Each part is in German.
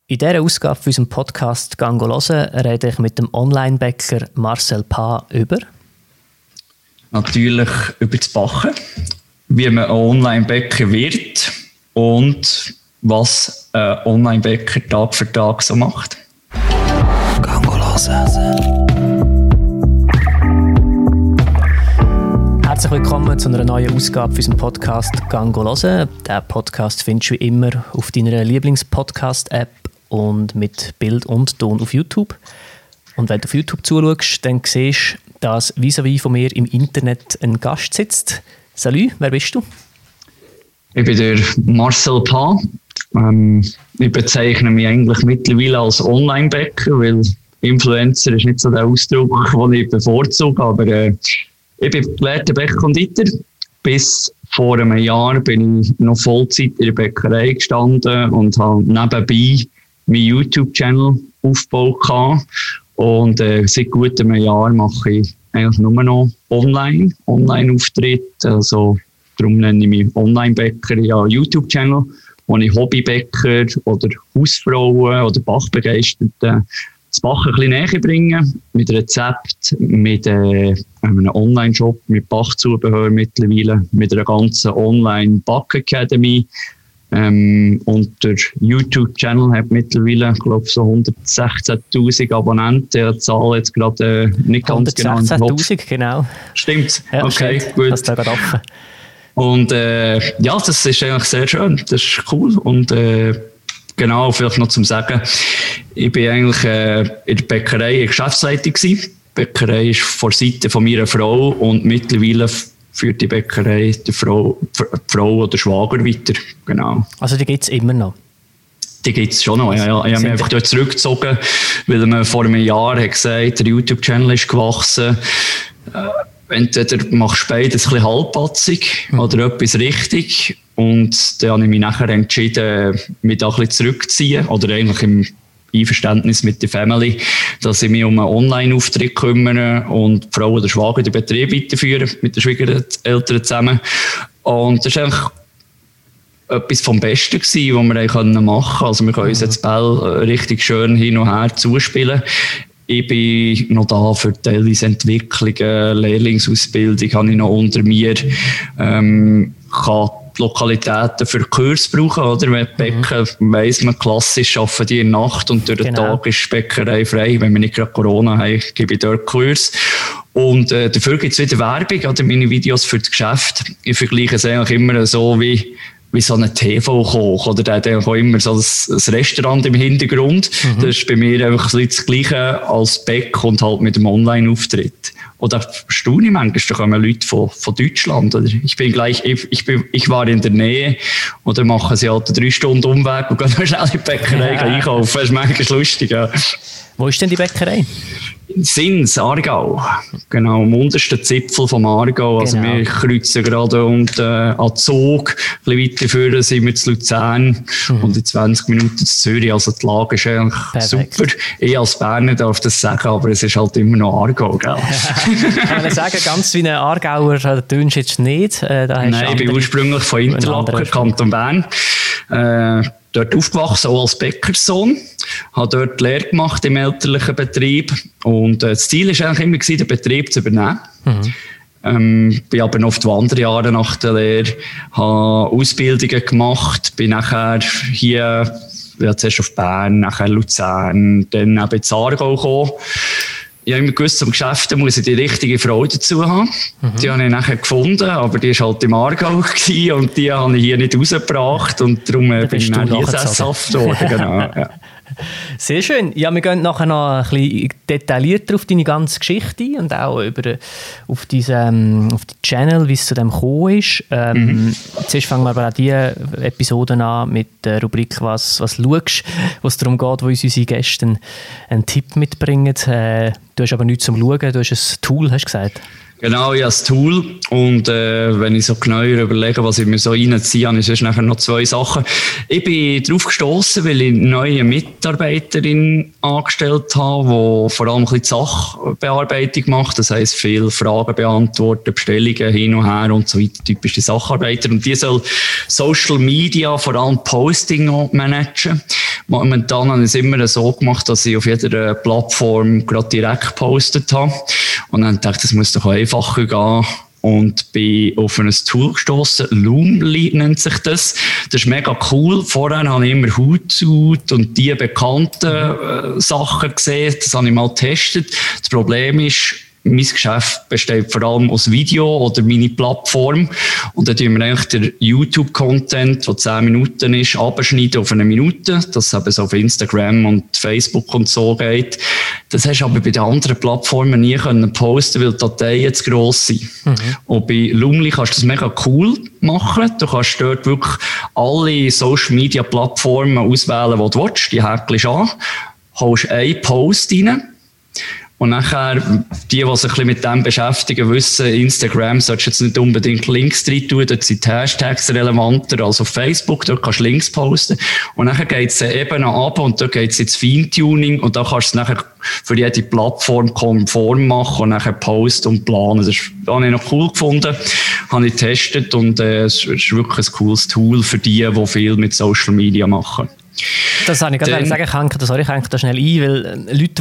In dieser Ausgabe von unserem Podcast «Gango hören» rede ich mit dem Online-Bäcker Marcel Pah über... Natürlich über das Backen, wie man ein Online-Bäcker wird und was ein Online-Bäcker Tag für Tag so macht. «Gango hören». Herzlich willkommen zu einer neuen Ausgabe von unserem Podcast «Gango hören». Diesen Podcast findest du wie immer auf deiner Lieblings-Podcast-App und mit Bild und Ton auf YouTube. Und wenn du auf YouTube zuschaust, dann siehst du, dass vis-à-vis von mir im Internet ein Gast sitzt. Salut, wer bist du? Ich bin der Marcel Pah. Ich bezeichne mich eigentlich mittlerweile als Online-Bäcker, weil Influencer ist nicht so der Ausdruck, den ich bevorzuge. Aber ich bin gelehrter Bäckkonditor. Bis vor einem Jahr bin ich noch Vollzeit in der Bäckerei gestanden und habe nebenbei meinen YouTube-Channel aufgebaut. Und seit gut einem Jahr mache ich eigentlich nur noch Online-Auftritte. Also, darum nenne ich mich Online-Bäcker. Ich habe einen YouTube-Channel, wo ich Hobbybäcker oder Hausfrauen oder Bachbegeisterte das Backen ein bisschen näher bringe. Mit Rezept, mit einem Online-Shop, mit Bachzubehör mittlerweile, mit einer ganzen Online-Back-Academy. Und der YouTube-Channel hat mittlerweile, ich glaube, so 116.000 Abonnenten. Ich zahle jetzt gerade nicht ganz genau. 116.000, genau. Stimmt's? Ja, okay, stimmt. gut. Das ist da gerade offen. Und ja, das ist eigentlich sehr schön. Das ist cool. Und genau, vielleicht noch zum Sagen, ich bin eigentlich in der Bäckerei in Geschäftsleitung gewesen. Die Bäckerei ist vor Seite von meiner Frau und mittlerweile führt die Bäckerei die Frau oder Schwager weiter. Genau. Also die gibt es immer noch? Die gibt es schon noch, ja. Ich habe mich einfach dort zurückgezogen, weil man vor einem Jahr hat gesagt, der YouTube-Channel ist gewachsen. Entweder machst du beides ein bisschen halbpatzig oder etwas richtig. Und dann habe ich mich nachher entschieden, mich da ein bisschen zurückzuziehen. Oder eigentlich im Einverständnis mit der Family, dass ich mich um einen Online-Auftritt kümmere und die Frau oder Schwager den Betrieb weiterführen mit den Schwiegereltern zusammen. Und das war eigentlich etwas vom Besten gewesen, was wir machen konnten. Also wir können uns jetzt Ball richtig schön hin und her zuspielen. Ich bin noch da für Teilweise-Entwicklungen, Lehrlingsausbildung habe ich noch unter mir. Kann die Lokalitäten für Kurs brauchen, oder? Wenn Bäcker, weiss man, klassisch arbeiten die in der Nacht und durch den Tag ist die Bäckerei frei. Wenn wir nicht gerade Corona haben, gebe ich dort Kurs. Und dafür gibt es wieder Werbung, oder? Meine Videos für das Geschäft. Ich vergleiche es eigentlich immer so wie so ein TV-Koch, oder der hat auch immer so ein Restaurant im Hintergrund. Das ist bei mir einfach ein bisschen das Gleiche als Bäck und halt mit dem Online-Auftritt. Oder staune ich manchmal, da kommen Leute von Deutschland. Oder ich war in der Nähe, oder machen sie halt 3 Stunden Umweg und gehen noch schnell in die Bäckerei einkaufen. Das ist manchmal lustig, ja. Wo ist denn die Bäckerei? In Sins, Aargau. Genau, am untersten Zipfel vom Aargau. Also Genau. wir kreuzen gerade unten an Zug. Ein bisschen weiter vorne sind wir zu Luzern und in 20 Minuten zu Zürich. Also die Lage ist eigentlich Perfekt. super. Ich als Berner darf das sagen, aber es ist halt immer noch Aargau, gell? Kann man sagen, ganz wie ein Aargauer tönst du jetzt nicht. Nein, ich bin ursprünglich von Interlaken, Kanton Bern. Dort aufgewachsen, auch als Bäckerssohn. Habe dort die Lehre gemacht im elterlichen Betrieb. Und das Ziel war eigentlich immer, den Betrieb zu übernehmen. Bin aber noch auf die Wanderjahre nach der Lehre, habe Ausbildungen gemacht, bin nachher hier, zuerst auf Bern, nachher Luzern, dann eben ins Aargau gekommen. Ich habe immer gewusst, zum Geschäft muss ich die richtige Frau dazu haben. Die habe ich nachher gefunden, aber die war halt im Aargau gewesen und die habe ich hier nicht rausgebracht und darum bin ich dann hier sesshaft geworden. Genau, ja. Sehr schön. Ja, wir gehen nachher noch ein bisschen detaillierter auf deine ganze Geschichte ein und auch auf die Channel, wie es zu dem gekommen ist. Zuerst fangen wir aber auch diese Episoden an mit der Rubrik «Was schaust?», wo es darum geht, wo uns unsere Gäste einen Tipp mitbringen. Du hast aber nichts zum Schauen, du hast ein Tool, hast du gesagt? Genau, ja, das Tool. Und wenn ich so genauer überlege, was ich mir so reinziehe, habe ich sonst nachher noch 2 Sachen. Ich bin darauf gestossen, weil ich eine neue Mitarbeiterin angestellt habe, die vor allem ein bisschen die Sachbearbeitung macht. Das heisst, viele Fragen beantworten, Bestellungen hin und her und so weiter. Typische Sacharbeiter. Und die soll Social Media, vor allem Posting auch managen. Momentan habe ich es immer so gemacht, dass ich auf jeder Plattform gerade direkt gepostet habe. Und dann dachte ich, das muss doch einfacher gehen. Und bin auf ein Tool gestossen. Loomly nennt sich das. Das ist mega cool. Vorher habe ich immer Hootsuite und die bekannten Sachen gesehen. Das habe ich mal getestet. Das Problem ist, mein Geschäft besteht vor allem aus Video oder meine Plattform. Und dann tun wir eigentlich den YouTube-Content, der 10 Minuten ist, abschneiden auf 1 Minute. Das eben so auf Instagram und Facebook und so geht. Das hast du aber bei den anderen Plattformen nie können posten, weil die Dateien zu gross sind. Und bei Loomly kannst du das mega cool machen. Du kannst dort wirklich alle Social-Media-Plattformen auswählen, die du willst. Die häkelst an, holst einen Post rein. Und nachher, die sich ein bisschen mit dem beschäftigen, wissen, Instagram solltest du jetzt nicht unbedingt Links rein tun, dort sind die Hashtags relevanter als auf Facebook, dort kannst du Links posten. Und nachher geht es eben noch ab und dort geht es ins Feintuning und da kannst du es nachher für jede Plattform konform machen und nachher posten und planen. Das habe ich noch cool gefunden, habe ich getestet und es ist wirklich ein cooles Tool für die viel mit Social Media machen. Das habe ich gerade sagen, ich hänge da schnell ein, weil Leute,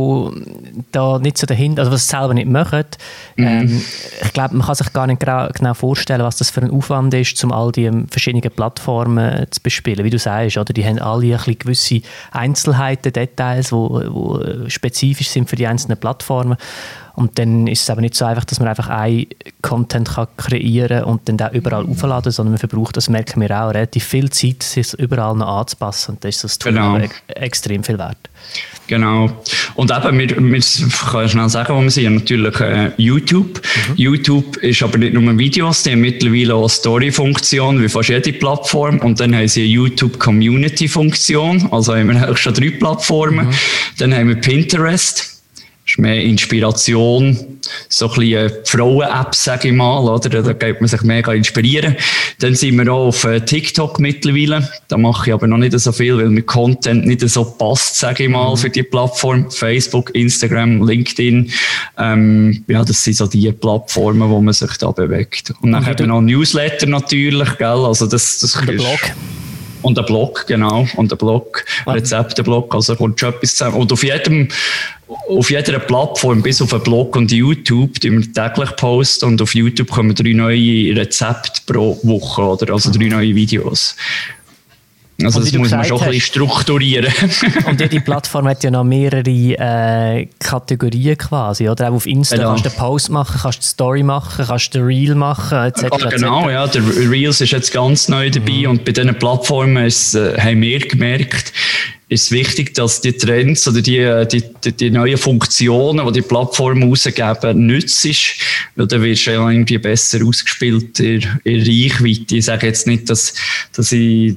die da nicht so dahinter, also was sie selber nicht machen, ich glaube, man kann sich gar nicht genau vorstellen, was das für ein Aufwand ist, um all die verschiedenen Plattformen zu bespielen. Wie du sagst, oder? Die haben alle ein bisschen gewisse Einzelheiten, Details, die spezifisch sind für die einzelnen Plattformen. Und dann ist es aber nicht so einfach, dass man einfach einen Content kreieren kann und dann auch überall aufladen, sondern man verbraucht, das merken wir auch, relativ viel Zeit, sich überall noch anzupassen. Und das ist das Tool extrem viel wert. Genau. Und eben, wir können schnell sagen, wo wir sind. Natürlich YouTube. YouTube ist aber nicht nur Videos, die haben mittlerweile auch eine Story-Funktion, wie fast jede Plattform. Und dann haben sie eine YouTube-Community-Funktion. Also haben wir eigentlich schon 3 Plattformen. Dann haben wir Pinterest. Das ist mehr Inspiration, so ein bisschen Frauen-App, sage ich mal, oder? Da geht man sich mega inspirieren. Dann sind wir auch auf TikTok mittlerweile. Da mache ich aber noch nicht so viel, weil mein Content nicht so passt, sage ich mal, für die Plattform. Facebook, Instagram, LinkedIn. Ja, das sind so die Plattformen, wo man sich da bewegt. Und dann haben wir noch einen Newsletter natürlich, gell? Also das und der Blog. Und ein Blog, genau. Und ein Blog, Rezepteblog, also kommt schon etwas zusammen. Und auf jeder Plattform, bis auf einen Blog und YouTube, die wir täglich posten. Und auf YouTube kommen 3 neue Rezepte pro Woche, oder? Also 3 neue Videos. Also das muss man schon ein bisschen strukturieren. Und die Plattform hat ja noch mehrere Kategorien quasi, oder? Auch auf Insta kannst du einen Post machen, kannst du eine Story machen, kannst du ein Reel machen, etc. Genau, ja, der Reels ist jetzt ganz neu dabei und bei diesen Plattformen haben wir gemerkt, ist es wichtig, dass die Trends oder die neuen Funktionen, die die Plattformen rausgeben, nützt ist, weil dann wirst du ja irgendwie besser ausgespielt in Reichweite. Ich sage jetzt nicht, dass ich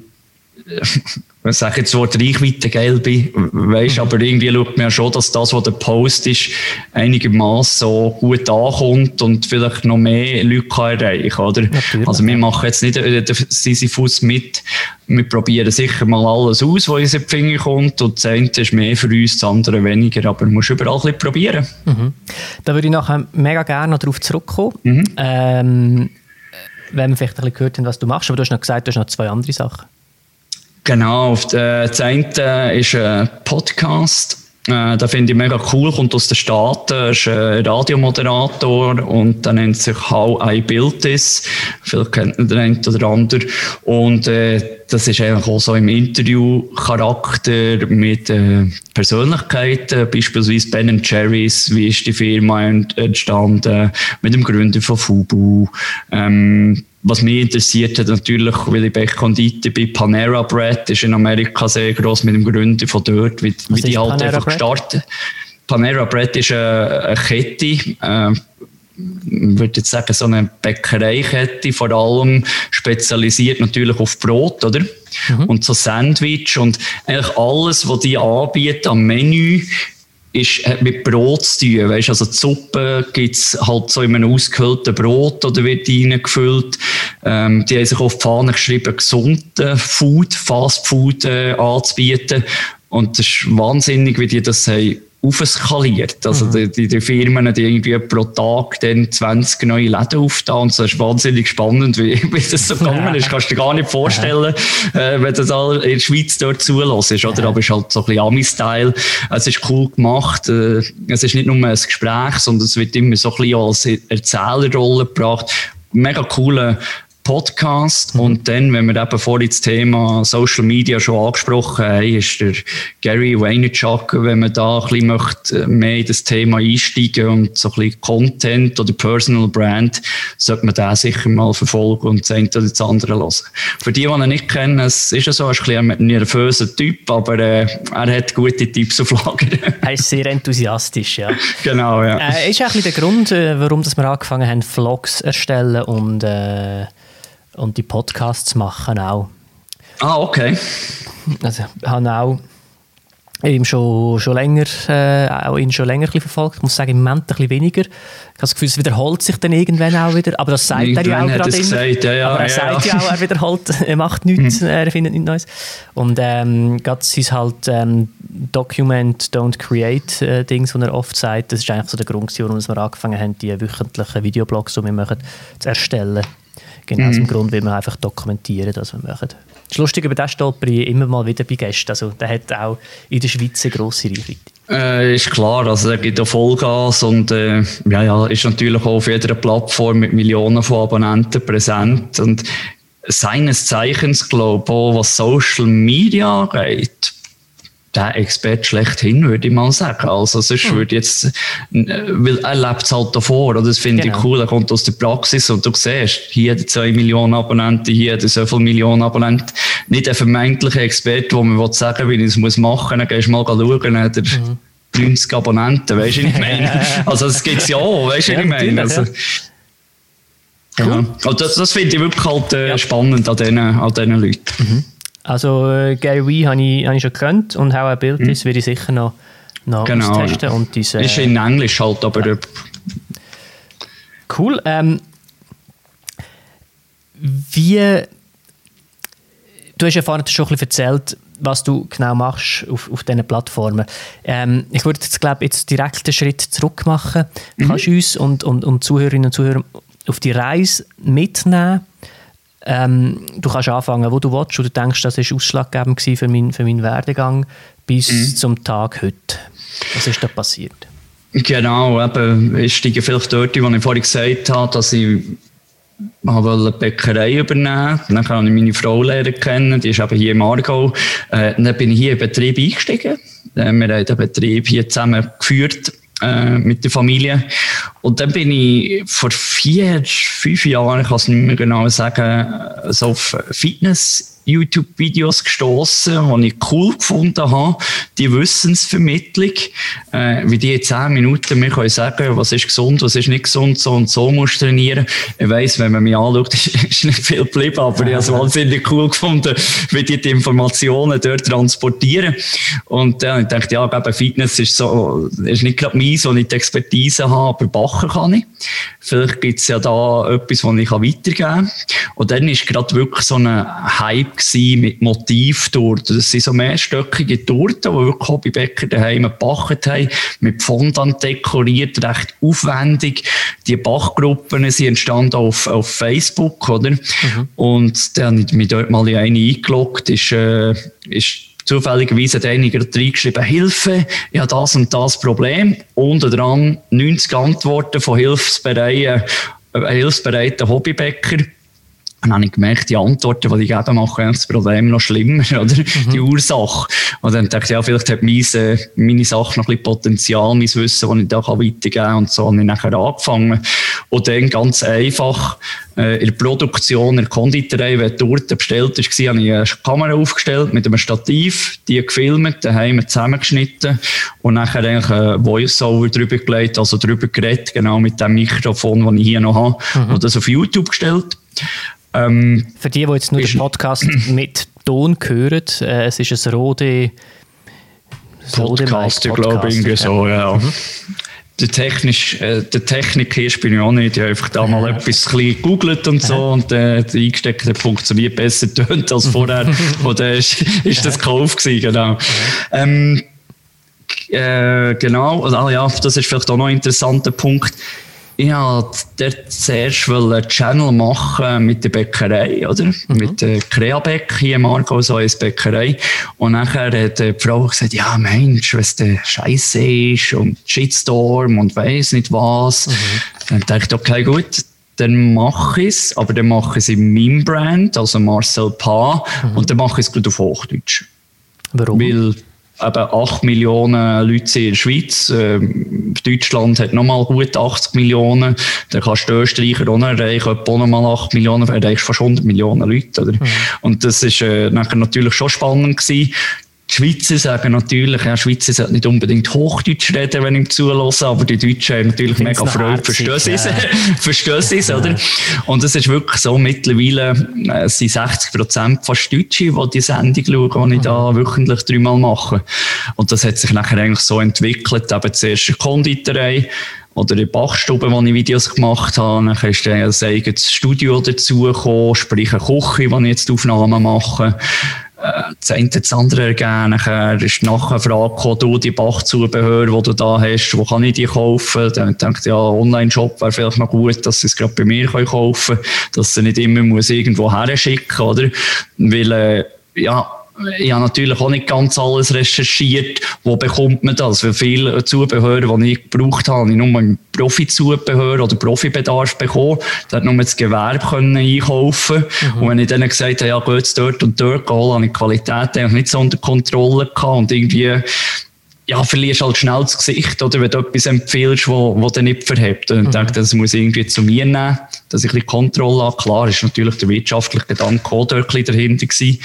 sage jetzt das Wort Reichweite geil bin, weißt, aber irgendwie schaut man ja schon, dass das, was der Post ist, einigermaßen so gut ankommt und vielleicht noch mehr Leute kann erreichen, oder? Natürlich. Also wir machen jetzt nicht den Sisyphus mit, wir probieren sicher mal alles aus, was uns in die Finger kommt und das eine ist mehr für uns, das andere weniger, aber man muss überall ein bisschen probieren. Da würde ich nachher mega gerne noch darauf zurückkommen, wenn wir vielleicht ein bisschen gehört haben, was du machst, aber du hast noch gesagt, du hast noch 2 andere Sachen. Genau, das eine ist ein Podcast. Da finde ich mega cool, kommt aus den Staaten, ist ein Radiomoderator und der nennt sich How I Built This. Vielleicht kennt man den einen oder anderen. Und das ist eigentlich auch so im Interview-Charakter mit Persönlichkeiten, beispielsweise Ben & Jerry's, wie ist die Firma entstanden, mit dem Gründer von Fubu. Was mich interessiert hat, natürlich, weil ich bei Kondite bei Panera Bread, ist in Amerika sehr gross mit dem Gründer von dort, wie die halt einfach gestartet. Panera Bread ist eine Kette, ich würde jetzt sagen, so eine Bäckereikette, vor allem spezialisiert natürlich auf Brot, oder? Und so Sandwich und eigentlich alles, was die anbieten am Menü, hat mit Brot zu tun. Weißt, also die Suppe gibt es halt so in einem ausgehöhlten Brot oder wird reingefüllt. Die haben sich auf die Fahne geschrieben, gesunde Food, Fast Food anzubieten. Und das ist wahnsinnig, wie die das haben aufskaliert. Also die Firmen, die irgendwie pro Tag dann 20 neue Läden auftan. Und das ist wahnsinnig spannend, wie das so gegangen ist. Kannst du dir gar nicht vorstellen, wenn das all in der Schweiz dort zulässt. Oder? Aber es ist halt so ein bisschen Ami-Style. Es ist cool gemacht. Es ist nicht nur ein Gespräch, sondern es wird immer so ein bisschen als Erzählerrolle gebracht. Mega cooler Podcast. Und dann, wenn wir eben vorhin das Thema Social Media schon angesprochen haben, ist der Gary Vaynerchuk, wenn man da ein bisschen möchte, mehr in das Thema einsteigen und so ein bisschen Content oder Personal Brand, sollte man den sicher mal verfolgen und das eine oder das andere hören. Für die ihn nicht kennen, es ist ja so, er ist ein nervöser Typ, aber er hat gute Tipps auf Lager. Er ist sehr enthusiastisch, ja. Genau, ja. Ist auch ein bisschen der Grund, warum wir angefangen haben, Vlogs erstellen und die Podcasts machen auch. Ah, okay. Also, ich habe auch ihn schon länger ein bisschen verfolgt. Ich muss sagen, im Moment ein bisschen weniger. Ich habe das Gefühl, es wiederholt sich dann irgendwann auch wieder. Aber das sagt er ja auch gerade immer. Gesagt, aber er sagt ja auch, er wiederholt, er macht nichts, er findet nichts Neues. Und gerade sein halt Document, Don't Create Dings, das er oft sagt, das ist eigentlich so der Grund, warum wir angefangen haben, die wöchentlichen Videoblogs, die wir machen, zu erstellen. Genau aus dem Grund, weil wir einfach dokumentieren, was wir machen. Das ist lustig, über den stolper ich immer mal wieder bei Gästen. Also, der hat auch in der Schweiz eine grosse Reichweite. Ist klar, also er gibt auch Vollgas und ist natürlich auch auf jeder Plattform mit Millionen von Abonnenten präsent. Und seines Zeichens, glaube ich, auch was Social Media angeht, der Experte schlechthin, würde ich mal sagen. Also, sonst würde jetzt, weil er lebt es halt davor, oder? Das finde ich cool. Er kommt aus der Praxis und du siehst, hier hat 2 Millionen Abonnenten, hier hat so viele Millionen Abonnenten. Nicht ein vermeintlicher Experte, wo man sagen will, wie ich es machen muss. Dann gehst du mal schauen, dann hat er 90 Abonnenten, weißt du, was ich meine? Also, das gibt es ja auch, weißt du, was ich meine? Also, cool. Ja. Das finde ich wirklich halt spannend an diesen Leuten. Also Gary Vee habe ich schon gekannt und auch ein Bild, das werde ich sicher noch austesten. Ja. Und diese, ist in Englisch halt, aber... Cool. Du hast ja vorhin schon ein bisschen erzählt, was du genau machst auf diesen Plattformen. Ich würde jetzt, glaube ich, direkt einen Schritt zurück machen. Kannst du uns und Zuhörerinnen und Zuhörer auf die Reise mitnehmen? Du kannst anfangen, wo du willst, und du denkst, das war ausschlaggebend für meinen Werdegang bis zum Tag heute. Was ist da passiert? Genau, eben, ich steige vielleicht dort, wo ich vorhin gesagt habe, dass ich eine Bäckerei übernehmen wollte. Dann habe ich meine Frau lernen kennen, die ist eben hier im Aargau. Dann bin ich hier in den Betrieb eingestiegen. Wir haben den Betrieb hier zusammen geführt. Mit der Familie. Und dann bin ich vor 5 Jahren, ich kann es nicht mehr genau sagen, so auf Fitness-YouTube-Videos gestossen, die ich cool gefunden habe. Die Wissensvermittlung, wie die in 10 Minuten mir können sagen, was ist gesund, was ist nicht gesund, so und so musst du trainieren. Ich weiss, wenn man mich anschaut, ist nicht viel geblieben, aber ich habe es wahnsinnig cool gefunden, wie die Informationen dort transportieren. Und ich dachte, ja, eben Fitness ist nicht gerade meins, wo ich die Expertise habe, aber backen kann ich. Vielleicht gibt es ja da etwas, was ich weitergeben kann. Und dann war gerade wirklich so ein Hype mit Motivtorten. Das sind so mehrstöckige Torten, die wirklich Hobbybäcker daheim gebacken haben, mit Fondant dekoriert, recht aufwendig. Die Backgruppen sind entstanden auf Facebook, oder? Und dann habe ich mich dort mal in eine eingeloggt, ist zufälligerweise hat einer gerade reingeschrieben, Hilfe, ich habe das und das Problem. Unter dran 90 Antworten von hilfsbereiten Hobbybäcker. Und dann habe ich gemerkt, die Antworten, die ich gebe, machen das Problem noch schlimmer, oder? Die Ursache. Und dann dachte ich, ja, vielleicht hat meine Sache noch ein bisschen Potenzial, mein Wissen, das ich da weitergeben kann. Und so habe ich nachher angefangen. Und dann ganz einfach, in der Produktion, in der Konditorei, wenn die Torte bestellt war, habe ich eine Kamera aufgestellt mit einem Stativ, die gefilmt, daheim zusammengeschnitten und nachher eigentlich ein Voice-Over drüber gelegt, also drüber geredet, genau mit dem Mikrofon, das ich hier noch habe, und das auf YouTube gestellt. Für die jetzt nur den Podcast mit Ton hören, es ist ein Rode Podcast, ich glaube, irgendwie so, ja. Der Technik hier bin ich auch nicht. Ich habe einfach da mal etwas gegoogelt und so und der eingesteckt hat funktioniert besser tönt als vorher. Oder ist das gekauft gewesen, genau. Genau, also, ja, das ist vielleicht auch noch ein interessanter Punkt. Ich wollte dort zuerst einen Channel machen mit der Bäckerei, oder? Mit der Creabäck hier im Aargau, so eine Bäckerei. Und nachher hat die Frau gesagt, ja Mensch, was der Scheiße ist und Shitstorm und weiss nicht was. Dann dachte ich, okay, gut, dann mache ich es, aber dann mache ich es in meinem Brand, also Marcel Pa, und dann mache ich es gut auf Hochdeutsch. Warum? Weil eben 8 Millionen Leute in der Schweiz. Deutschland hat nochmal gut 80 Millionen. Dann kannst du Österreicher auch noch erreichen, etwa nochmal 8 Millionen, erreichst fast 100 Millionen Leute. Oder? Und das ist nachher natürlich schon spannend gewesen. Die Schweizer sagen natürlich, ja, Schweizer sollten nicht unbedingt Hochdeutsch reden, wenn ich zulasse, aber die Deutschen haben natürlich mega Freude, verstehen sie es, oder? Und es ist wirklich so, mittlerweile sind 60% fast Deutsche, die die Sendung schauen, die ich da wöchentlich 3-mal mache. Und das hat sich nachher eigentlich so entwickelt, eben zuerst eine Konditorei, oder in Bachstube, wo ich Videos gemacht habe. Dann ist dann ein eigenes Studio dazugekommen, sprich eine Küche, wo ich jetzt Aufnahmen mache. Das eine das andere ergeben. Nachher ist nachher eine Frage gekommen, du, die Bachzubehör, die du da hast, wo kann ich die kaufen? Dann dachte ich, ja, Online-Shop wäre vielleicht noch gut, dass sie es gerade bei mir kaufen können, dass sie nicht immer muss irgendwo her schicken, oder? Weil, ja, ich habe natürlich auch nicht ganz alles recherchiert. Wo bekommt man das? Weil viele Zubehör, die ich gebraucht habe, ich nur einen Profi-Zubehör oder Profibedarf bekommen. Da hat nur das Gewerbe können einkaufen. Und wenn ich dann gesagt habe, ja, geht's dort und dort holen, habe ich die Qualität eigentlich nicht so unter Kontrolle gehabt. Und irgendwie, ja, verlierst halt schnell das Gesicht, oder? Wenn du etwas empfiehlst, wo du nicht verhebt. Und ich denke, das muss ich irgendwie zu mir nehmen, dass ich ein bisschen Kontrolle habe. Klar, ist natürlich der wirtschaftliche Gedanke auch dort ein bisschen dahinter gewesen.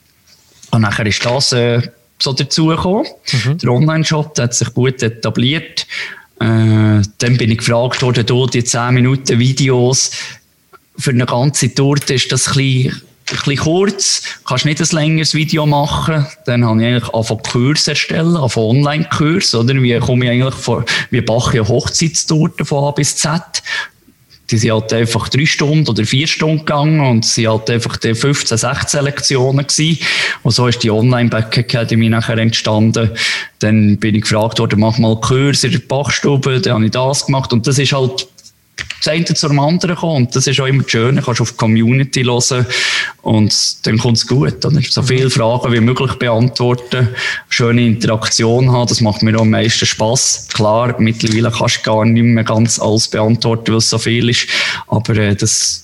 Und nachher ist das so dazugekommen. Der Online-Shop, der hat sich gut etabliert. Dann bin ich gefragt worden, die 10 Minuten Videos für eine ganze Torte ist das ein bisschen kurz. Kannst nicht ein längeres Video machen. Dann habe ich eigentlich angefangen Kurse erstellen, angefangen Online-Kurse, oder? Wie komme ich eigentlich wie backe ich eine Hochzeitstorte von A bis Z? Die sind halt einfach 3 Stunden oder 4 Stunden gegangen und sie halt einfach 15, 16 Lektionen gewesen. Und so ist die Online-Back Academy nachher entstanden. Dann bin ich gefragt worden, mach mal Kurs in der Bachstube, dann habe ich das gemacht und das ist halt das eine zum anderen gekommen. Und das ist auch immer schön, du kannst auf die Community hören und dann kommt es gut. Oder? So viele Fragen wie möglich beantworten, schöne Interaktion haben, das macht mir auch am meisten Spass. Klar, mittlerweile kannst du gar nicht mehr ganz alles beantworten, weil es so viel ist, aber das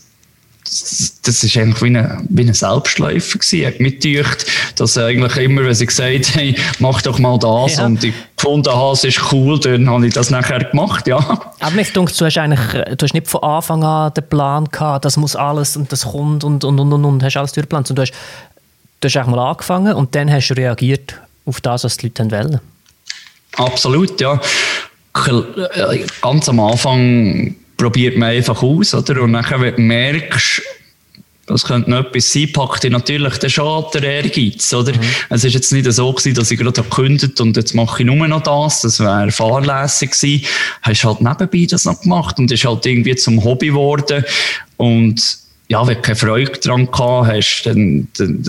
ist eigentlich wie ein Selbstläufer gewesen. Hat mich gedacht, dass eigentlich immer, wenn sie gesagt haben, mach doch mal das und ich gefunden habe, es ist cool, dann habe ich das nachher gemacht, ja. Aber mich denkt, du hast nicht von Anfang an den Plan gehabt, das muss alles und das kommt und hast alles durchgeplant. Und du hast einfach mal angefangen und dann hast du reagiert auf das, was die Leute wollen. Absolut, ja. Ganz am Anfang probiert man einfach aus, oder? Und nachher, wenn du merkst, das könnte noch etwas sein, packt dich natürlich den Schaden, der Ehrgeiz, oder? Es ist jetzt nicht so gewesen, dass ich gerade gekündigt und jetzt mache ich nur noch das wäre fahrlässig gewesen. Hast halt nebenbei das noch gemacht und ist halt irgendwie zum Hobby geworden und ja, wenn du keine Freude daran gehabt hast, wenn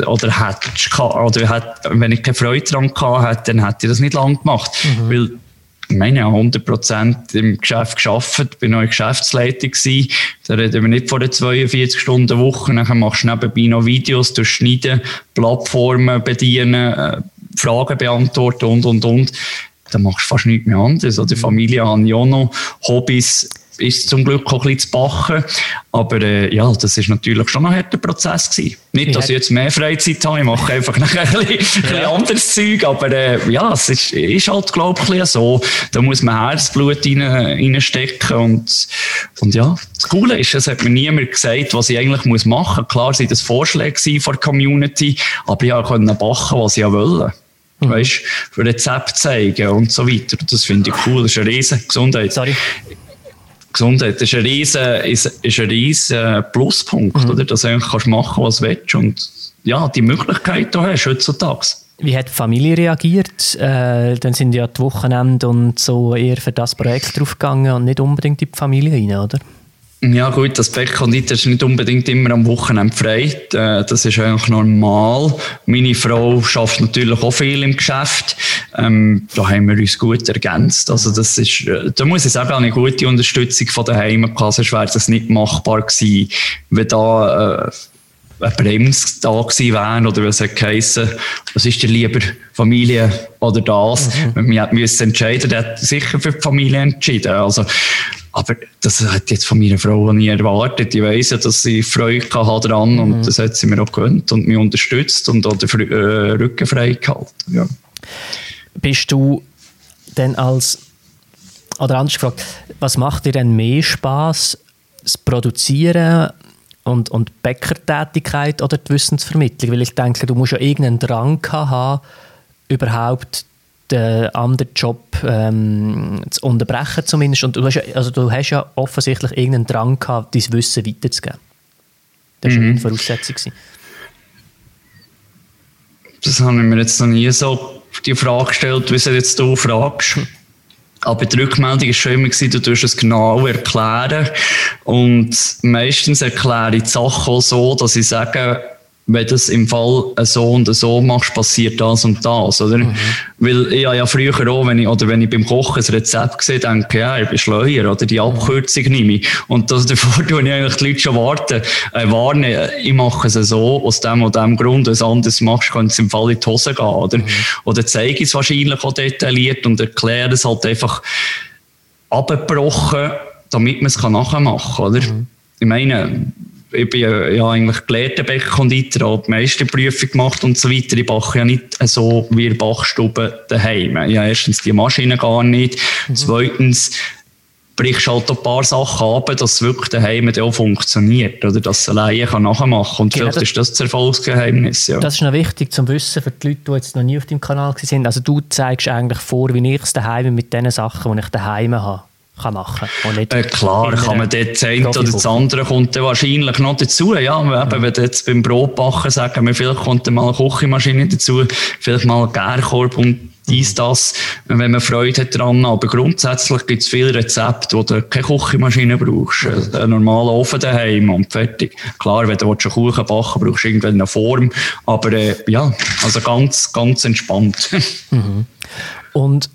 ich keine Freude daran gehabt hätte, dann hätte ich das nicht lange gemacht, weil ich meine, ja, 100% im Geschäft gearbeitet, bin auch in Geschäftsleitung gewesen. Da reden wir nicht von der 42-Stunden-Woche. Dann machst du nebenbei noch Videos durchschneiden, Plattformen bedienen, Fragen beantworten und. Dann machst du fast nichts mehr anderes. Oder Familie habe ich auch noch, Hobbys ist zum Glück auch ein bisschen zu backen. Aber ja, das ist natürlich schon ein harter Prozess gewesen. Nicht, dass ich jetzt mehr Freizeit habe, ich mache einfach nachher ein bisschen anderes Zeug, aber ja, es ist halt, glaube ich, ein bisschen so. Da muss man Herzblut reinstecken und ja, das Coole ist, es hat mir niemand gesagt, was ich eigentlich machen muss. Klar sind das Vorschläge von der Community, aber ich konnte backen, was ich wollte. Weißt, für Rezept zeigen und so weiter. Das finde ich cool, das ist eine riesen Gesundheit. Gesundheit ist ein riesen Pluspunkt, oder? Dass du eigentlich machen kannst, was du willst und ja, die Möglichkeit du hast heutzutage. Wie hat die Familie reagiert? Dann sind ja die Wochenende und so eher für das Projekt draufgegangen und nicht unbedingt in die Familie rein, oder? Ja gut, das Bäckkonditor ist nicht unbedingt immer am Wochenende frei. Das ist eigentlich normal. Meine Frau arbeitet natürlich auch viel im Geschäft. Da haben wir uns gut ergänzt. Also das ist, da muss ich sagen, eine gute Unterstützung von daheim gehabt. Sonst wäre das nicht machbar gewesen, wenn da eine Bremse da gewesen wäre oder was hat geheissen, was ist dir lieber, Familie oder das? Wir müssen entscheiden, der hat sicher für die Familie entschieden. Also, aber das hat jetzt von meiner Frau nie erwartet. Ich weiss ja, dass sie Freude hatte daran und das hat sie mir auch gegönnt und mich unterstützt und auch den Rücken frei gehalten. Ja. Bist du denn oder anders gefragt, was macht dir denn mehr Spass, das Produzieren und Bäckertätigkeit oder die Wissensvermittlung? Weil ich denke, du musst ja irgendeinen Drang haben, überhaupt den anderen Job zu unterbrechen zumindest. Und du hast ja offensichtlich irgendeinen Drang gehabt, dein Wissen weiterzugeben. Das war eine Voraussetzung. Das habe ich mir jetzt noch nie so die Frage gestellt, wie du jetzt hier fragst. Aber die Rückmeldung war schon immer, du tust es genau erklären. Und meistens erkläre ich die Sachen auch so, dass ich sage, wenn du es im Fall so und so machst, passiert das und das, oder? Weil ich ja früher auch, wenn ich beim Kochen ein Rezept sehe, denke ja, ich bin schleuer, oder die Abkürzung nehme ich. Und davor tue ich eigentlich die Leute schon warnen, ich mache es so, aus dem und dem Grund, wenn du es anders machst, könnte es im Fall in die Hose gehen, oder? Oder zeige ich es wahrscheinlich auch detailliert und erkläre es halt einfach abgebrochen, damit man es nachmachen kann, oder? Ich meine, ich bin ja eigentlich gelehrter Bäckerkonditor, habe die Meisterprüfung gemacht und so weiter. Ich backe ja nicht so wie in der Backstube daheim. Ich habe erstens die Maschine gar nicht. Zweitens brichst du halt ein paar Sachen ab, dass es wirklich daheim auch funktioniert, oder dass es alleine nachmachen kann. Und genau, vielleicht ist das Erfolgsgeheimnis. Ja. Das ist noch wichtig zum Wissen für die Leute, die jetzt noch nie auf deinem Kanal sind. Also du zeigst eigentlich vor, wie ich es daheim mit den Sachen, die ich daheim habe, kann machen kann. Klar, kann man dort das eine oder das andere kommt dann wahrscheinlich noch dazu. Ja, eben, wenn du jetzt beim Brotbacken sagen wir, vielleicht kommt dann mal eine Küchenmaschine dazu, vielleicht mal ein Gärkorb und das, wenn man Freude hat dran. Aber grundsätzlich gibt es viele Rezepte, wo du keine Küchenmaschine brauchst. Einen normalen Ofen daheim und fertig. Klar, wenn du einen Kuchen backen willst, brauchst du irgendeine Form. Aber ja, also ganz, ganz entspannt. Und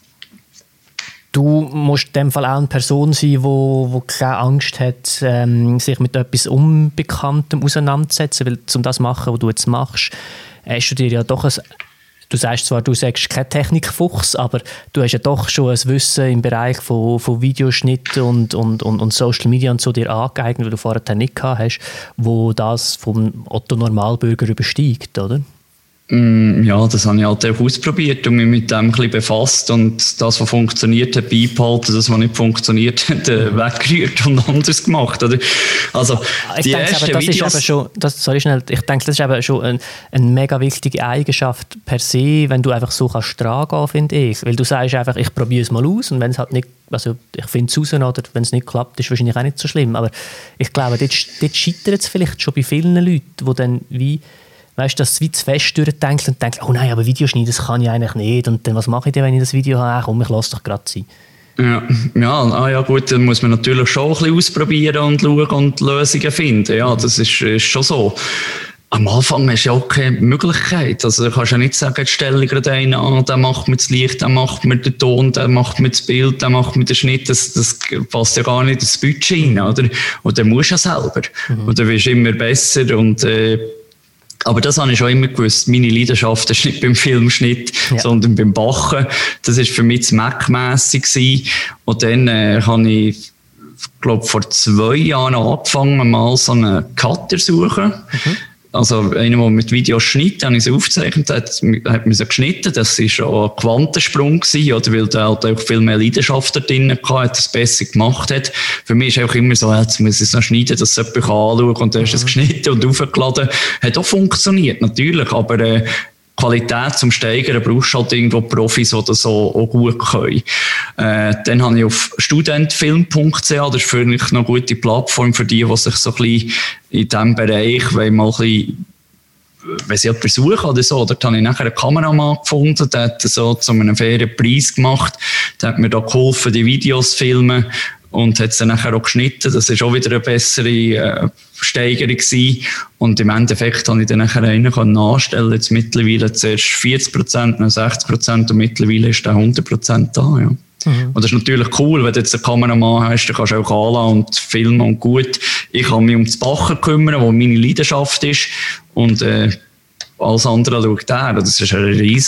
du musst in dem Fall auch eine Person sein, die keine Angst hat, sich mit etwas Unbekanntem auseinanderzusetzen. Weil, um das zu machen, was du jetzt machst, hast du dir ja doch du sagst zwar, du sagst kein Technikfuchs, aber du hast ja doch schon ein Wissen im Bereich von Videoschnitt und Social Media und so dir angeeignet, weil du vorher nicht gehabt hast, wo das vom Otto-Normalbürger übersteigt, oder? Ja, das habe ich halt auch ausprobiert und mich mit dem ein bisschen befasst und das, was funktioniert hat, beibehalten, das, was nicht funktioniert hat, weggerührt und anders gemacht, oder? Also, die ersten Videos... Ich denke, das ist eben schon eine mega wichtige Eigenschaft per se, wenn du einfach so kannst dran gehen, finde ich. Weil du sagst einfach, ich probiere es mal aus und wenn es halt nicht, also ich finde es raus oder wenn es nicht klappt, ist es wahrscheinlich auch nicht so schlimm. Aber ich glaube, dort scheitert es vielleicht schon bei vielen Leuten, die dann wie... Weißt du, dass sie zu fest durchdenken und denken, oh nein, aber Videoschneiden, das kann ich eigentlich nicht. Und dann, was mache ich denn, wenn ich das Video habe? Komm, ich lasse doch gerade sein. Ja, gut, dann muss man natürlich schon ein bisschen ausprobieren und schauen und Lösungen finden. Ja, das ist schon so. Am Anfang hast du ja auch keine Möglichkeit. Also, du kannst ja nicht sagen, jetzt stelle ich gerade einen an, der macht mir das Licht, der macht mir den Ton, der macht mir das Bild, der macht mir den Schnitt. Das passt ja gar nicht ins Budget rein, oder? Und dann musst du ja selber. Und dann wirst du immer besser und, aber das habe ich schon immer gewusst. Meine Leidenschaft ist nicht beim Filmschnitt, sondern beim Backen. Das war für mich zu Mac-mässig gewesen. Und dann habe ich, glaube vor 2 Jahren angefangen, mal so einen Cutter zu suchen. Also einer, der mit Videos schneidet, habe ich es aufgezeichnet, hat mir so geschnitten. Das war schon ein Quantensprung gewesen, oder, weil der halt auch viel mehr Leidenschaft da drin hatte, das besser gemacht hat. Für mich ist auch immer so, jetzt muss ich es noch schneiden, dass es jemand anschauen kann. Und dann hast du es geschnitten und aufgeladen. Hat auch funktioniert, natürlich, aber Qualität zum Steigern brauchst du halt irgendwo Profis, die das auch gut können. Dann habe ich auf studentfilm.ch, das ist für mich noch eine gute Plattform für die sich so ein bisschen in diesem Bereich mal ein bisschen wenn sie jemanden suchen oder so, dort habe ich nachher einen Kameramann gefunden, der hat so zu einem fairen Preis gemacht, der hat mir da geholfen, die Videos zu filmen und hat sie dann nachher auch geschnitten. Das war auch wieder eine bessere Steigerung gewesen. Und im Endeffekt habe ich dann nachher einen anstellen, jetzt mittlerweile zuerst 40%, dann 60% und mittlerweile ist der 100% da, ja. Und das ist natürlich cool, wenn du jetzt einen Kameramann hast, dann kannst du auch anlassen und filmen und gut. Ich kann mich um das Bachen kümmern, wo meine Leidenschaft ist. Und alles andere schaut er. Das ist ein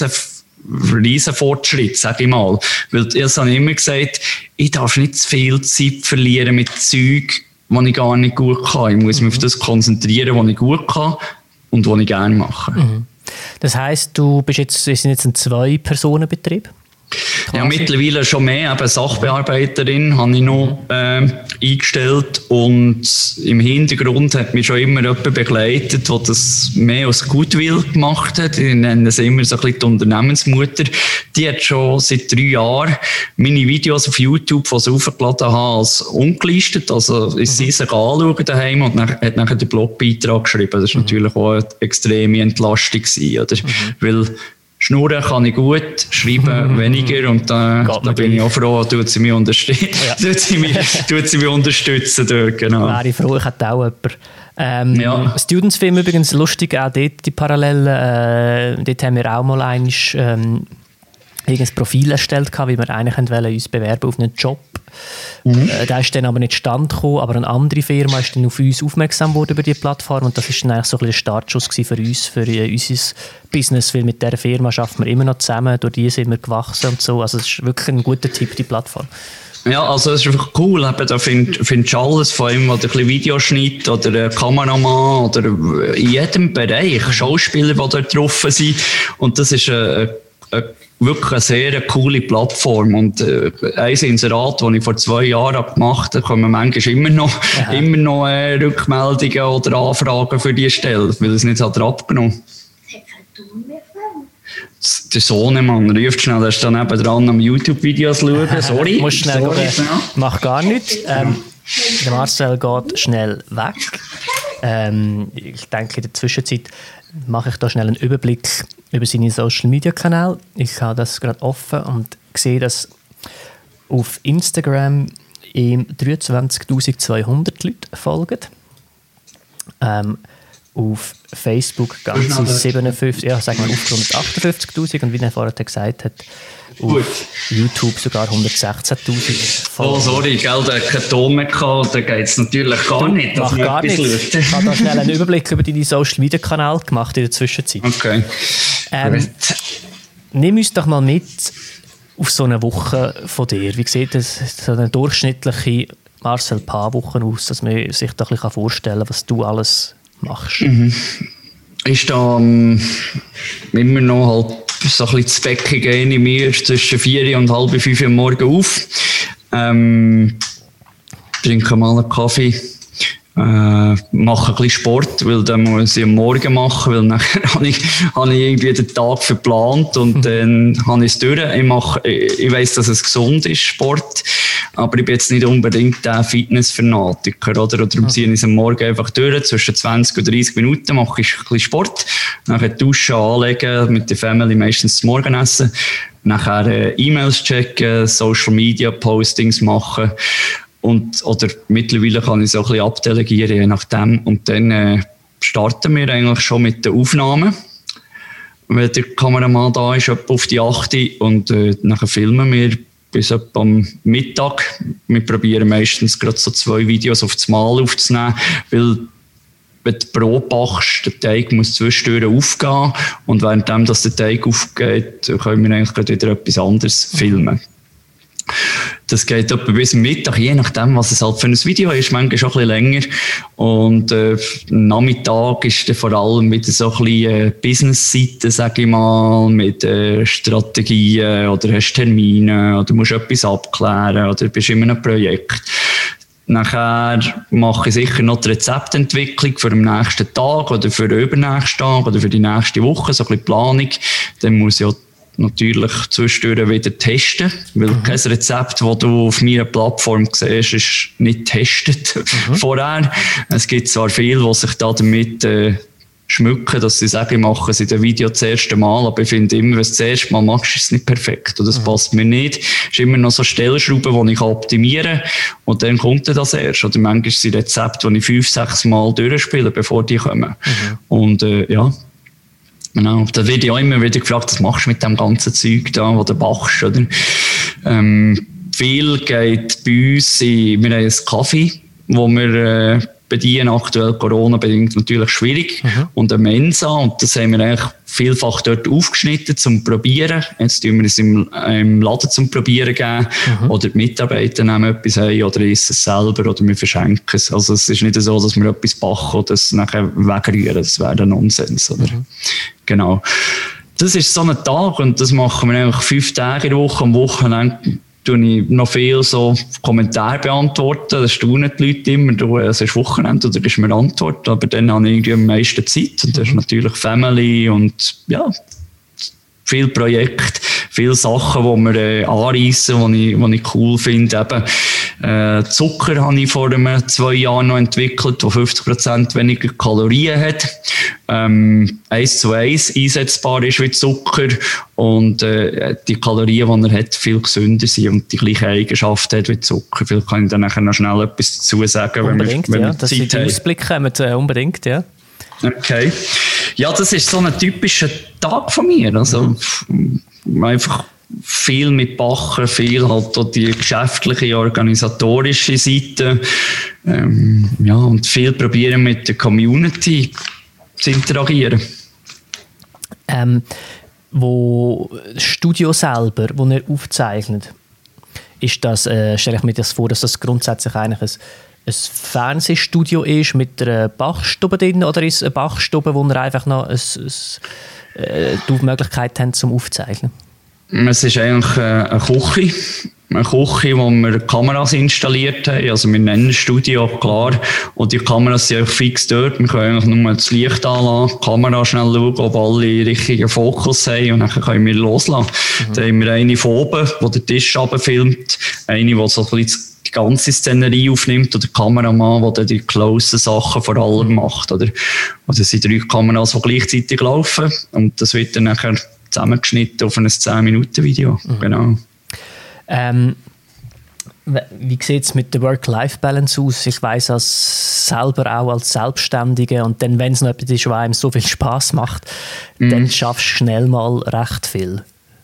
riesen Fortschritt, sage ich mal. Weil das habe ich immer gesagt, ich darf nicht zu viel Zeit verlieren mit Zeug, die ich gar nicht gut kann. Ich muss mich auf das konzentrieren, was ich gut kann und was ich gerne mache. Das heisst, wir sind jetzt ein 2-Personen-Betrieb? Ja, mittlerweile schon mehr. Eben Sachbearbeiterin habe ich noch eingestellt und im Hintergrund hat mich schon immer jemand begleitet, der das mehr als Goodwill gemacht hat. Ich nenne sie immer so ein bisschen die Unternehmensmutter. Die hat schon seit 3 Jahren meine Videos auf YouTube, die sie hochgeladen habe, als ungelistet. Also ist sie sich anschauen daheim und hat nachher den Blogbeitrag geschrieben. Das war natürlich auch eine extreme Entlastung gewesen, oder? Weil Schnurren kann ich gut, schreiben weniger und da bin ich auch froh, tut sie mich unterstützen. Ja. tut sie mich unterstützen dort, genau. Wäre ich froh, ich hätte auch jemanden. Studentsfilm übrigens, lustig, auch dort die Parallelen, dort haben wir auch mal ein Profil erstellt, wie wir eigentlich uns bewerben auf einen Job. Der ist dann aber nicht stand gekommen, aber eine andere Firma ist dann auf uns aufmerksam geworden über die Plattform und das war dann eigentlich so ein bisschen der Startschuss für uns, für unser Business, weil mit dieser Firma arbeiten wir immer noch zusammen, durch die sind wir gewachsen und so. Also es ist wirklich ein guter Tipp, die Plattform. Ja, also es ist einfach cool, da findest du alles, von einem, der ein bisschen Videoschnitt oder ein Kameramann oder in jedem Bereich, Schauspieler, die dort drauf sind und das ist wirklich eine sehr coole Plattform und ein Inserat, das ich vor 2 Jahren gemacht habe, kommen manchmal immer noch Rückmeldungen oder Anfragen für die Stelle, weil es nicht abgenommen hat. Der Sohnemann ruft schnell, er ist dann dran am YouTube-Videos schauen. Sorry. Musst schnell gehen. Mach gar nichts. Der Marcel geht schnell weg. Ich denke, in der Zwischenzeit mache ich da schnell einen Überblick über seine Social-Media-Kanäle. Ich habe das gerade offen und sehe, dass auf Instagram ihm 23.200 Leute folgen. Auf Facebook ganze 57, ja, sagen wir auf 158.000 und wie er vorher gesagt hat, auf YouTube sogar 116.000 Follower. Oh, sorry, gell, der hat keinen Ton mehr gehabt, da geht es natürlich gar nicht. Mach gar nichts. Ich habe da schnell einen Überblick über deine Social-Media-Kanäle gemacht in der Zwischenzeit. Okay. Nimm uns doch mal mit auf so eine Woche von dir. Wie sieht so eine durchschnittliche Marcel Paar-Woche aus, dass man sich da ein bisschen vorstellen kann, was du alles machst? Ich stehe immer noch halt so ein bisschen zu Wecken gehen in mir zwischen 4 und halb 5 Uhr morgens auf. Trinke mal einen Kaffee. Mache ein bisschen Sport, weil dann muss ich am Morgen machen, weil nachher habe ich irgendwie den Tag verplant und dann habe ich es durch. Ich weiss, dass es gesund ist, Sport, aber ich bin jetzt nicht unbedingt der Fitness-Fanatiker, oder? Darum ziehe ich es am Morgen einfach durch, zwischen 20 und 30 Minuten mache ich ein bisschen Sport, nachher duschen, anlegen, mit der Family meistens das Morgenessen, nachher E-Mails checken, Social-Media-Postings machen. Oder mittlerweile kann ich so ein bisschen abdelegieren, je nachdem. Und dann starten wir eigentlich schon mit den Aufnahmen. Wenn der Kameramann da ist, etwa auf die 8 und nachher filmen wir bis etwa am Mittag. Wir probieren meistens gerade so 2 Videos auf das Mal aufzunehmen, weil wenn du Brot backst, der Teig muss zwischendurch aufgehen und währenddem, dass der Teig aufgeht, können wir eigentlich gerade wieder etwas anderes filmen. Das geht etwa bis Mittag, je nachdem, was es halt für ein Video ist, manchmal schon ein bisschen länger. Und Nachmittag ist dann vor allem wieder so ein bisschen Business-Seite, sage ich mal, mit Strategien oder hast Termine oder musst etwas abklären oder bist in einem Projekt. Nachher mache ich sicher noch die Rezeptentwicklung für den nächsten Tag oder für den übernächsten Tag oder für die nächste Woche, so ein bisschen Planung. Dann muss ich auch natürlich zwischendurch wieder testen, weil kein Rezept, das du auf meiner Plattform siehst, ist nicht getestet vorher. Es gibt zwar viele, die sich da damit schmücken, dass sie sagen, ich mache es in dem Video das erste Mal, aber ich finde immer, wenn du es das erste Mal machst, ist es nicht perfekt und das passt mir nicht. Es ist immer noch so Stellschrauben, die ich optimieren kann und dann kommt das erst. Oder manchmal sind Rezepte, die ich 5-6 Mal durchspiele, bevor die kommen. Und ja, genau. Da werde ich auch immer wieder gefragt, was machst du mit dem ganzen Zeug da, wo du bachst, oder? Viel geht bei uns wir haben einen Kaffee, wo wir bedienen, aktuell Corona-bedingt natürlich schwierig, und eine Mensa, und das haben wir eigentlich vielfach dort aufgeschnitten zum Probieren. Jetzt tun wir es im Laden zum Probieren geben, oder die Mitarbeiter nehmen etwas ein, oder essen es selber, oder wir verschenken es. Also es ist nicht so, dass wir etwas backen oder es nachher wegrühren, das wäre ein Nonsens, oder? Genau. Das ist so ein Tag, und das machen wir eigentlich 5 Tage in der Woche. Am Wochenende tue ich noch viel so Kommentare beantworten. Das staunen die Leute immer. Es ist Wochenende oder ist mir Antwort. Aber dann habe ich irgendwie am meisten Zeit. Und das ist natürlich Family und ja, viele Projekte, viele Sachen, die wir anreissen, die ich cool finde. Eben, Zucker habe ich vor 2 Jahren noch entwickelt, der 50% weniger Kalorien hat. 1:1 einsetzbar ist wie Zucker und die Kalorien, die er hat, viel gesünder sind und die gleichen Eigenschaften hat wie Zucker. Vielleicht kann ich dann nachher noch schnell etwas dazu sagen, unbedingt, wenn wir ja, dass Sie den Ausblick kommen, unbedingt, ja. Okay. Ja, das ist so ein typischer Tag von mir. Also einfach viel mit Bachen, viel halt auch die geschäftliche, organisatorische Seite. Ja, und viel probieren mit der Community zu interagieren. Wo das Studio selber, wo ihr aufzeichnet, ist das, stelle ich mir das vor, dass das grundsätzlich eigentlich ein Fernsehstudio ist mit einer Bachstube drin, oder ist es eine Bachstube, wo ihr einfach noch die Möglichkeit habt zum Aufzeichnen? Es ist eigentlich eine Küche, wo wir Kameras installiert haben. Also wir nennen es Studio, klar. Und die Kameras sind eigentlich fix dort. Wir können eigentlich nur das Licht anlassen, die Kamera schnell schauen, ob alle den richtigen Fokus haben, und dann können wir loslassen. Dann haben wir eine von oben, die den Tisch runterfilmt, eine, die so ein bisschen die ganze Szenerie aufnimmt, oder der Kameramann, der dann die closen Sachen vor allem macht. Oder es sind 3 Kameras, die gleichzeitig laufen, und das wird dann nachher zusammengeschnitten auf ein 10-Minuten-Video. Genau. Wie sieht es mit der Work-Life-Balance aus? Ich weiss als selber auch als Selbstständige, und dann, wenn es noch etwas ist, was einem so viel Spass macht, dann schaffst du schnell mal recht viel.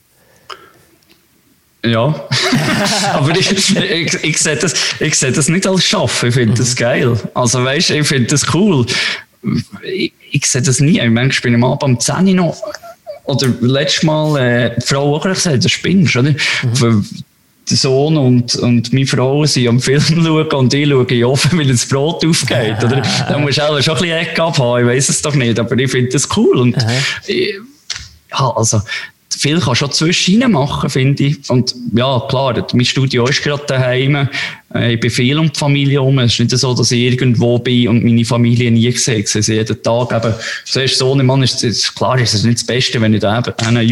Ja, aber ich sehe das nicht als Schaffen. Ich finde das geil. Also weißt, ich finde das cool. Ich sehe das nie. Manchmal bin ich am Abend um 10 Uhr noch. Oder letztes Mal die Frau auch gesagt, das spinnst, oder? Der Sohn und meine Frau sind am Film schauen und ich schaue offen, weil das Brot aufgeht. Oder? Da musst du auch schon ein bisschen Ecke abhaben, ich weiss es doch nicht, aber ich finde das cool. Und ja, also viel kann schon zwischen machen, finde ich. Und ja, klar, mein Studio ist gerade daheim. Ich bin viel um die Familie herum. Es ist nicht so, dass ich irgendwo bin und meine Familie nie sehe. Ich sehe sie jeden Tag. Eben, zuerst so ein Mann, klar ist es nicht das Beste, wenn ich da einen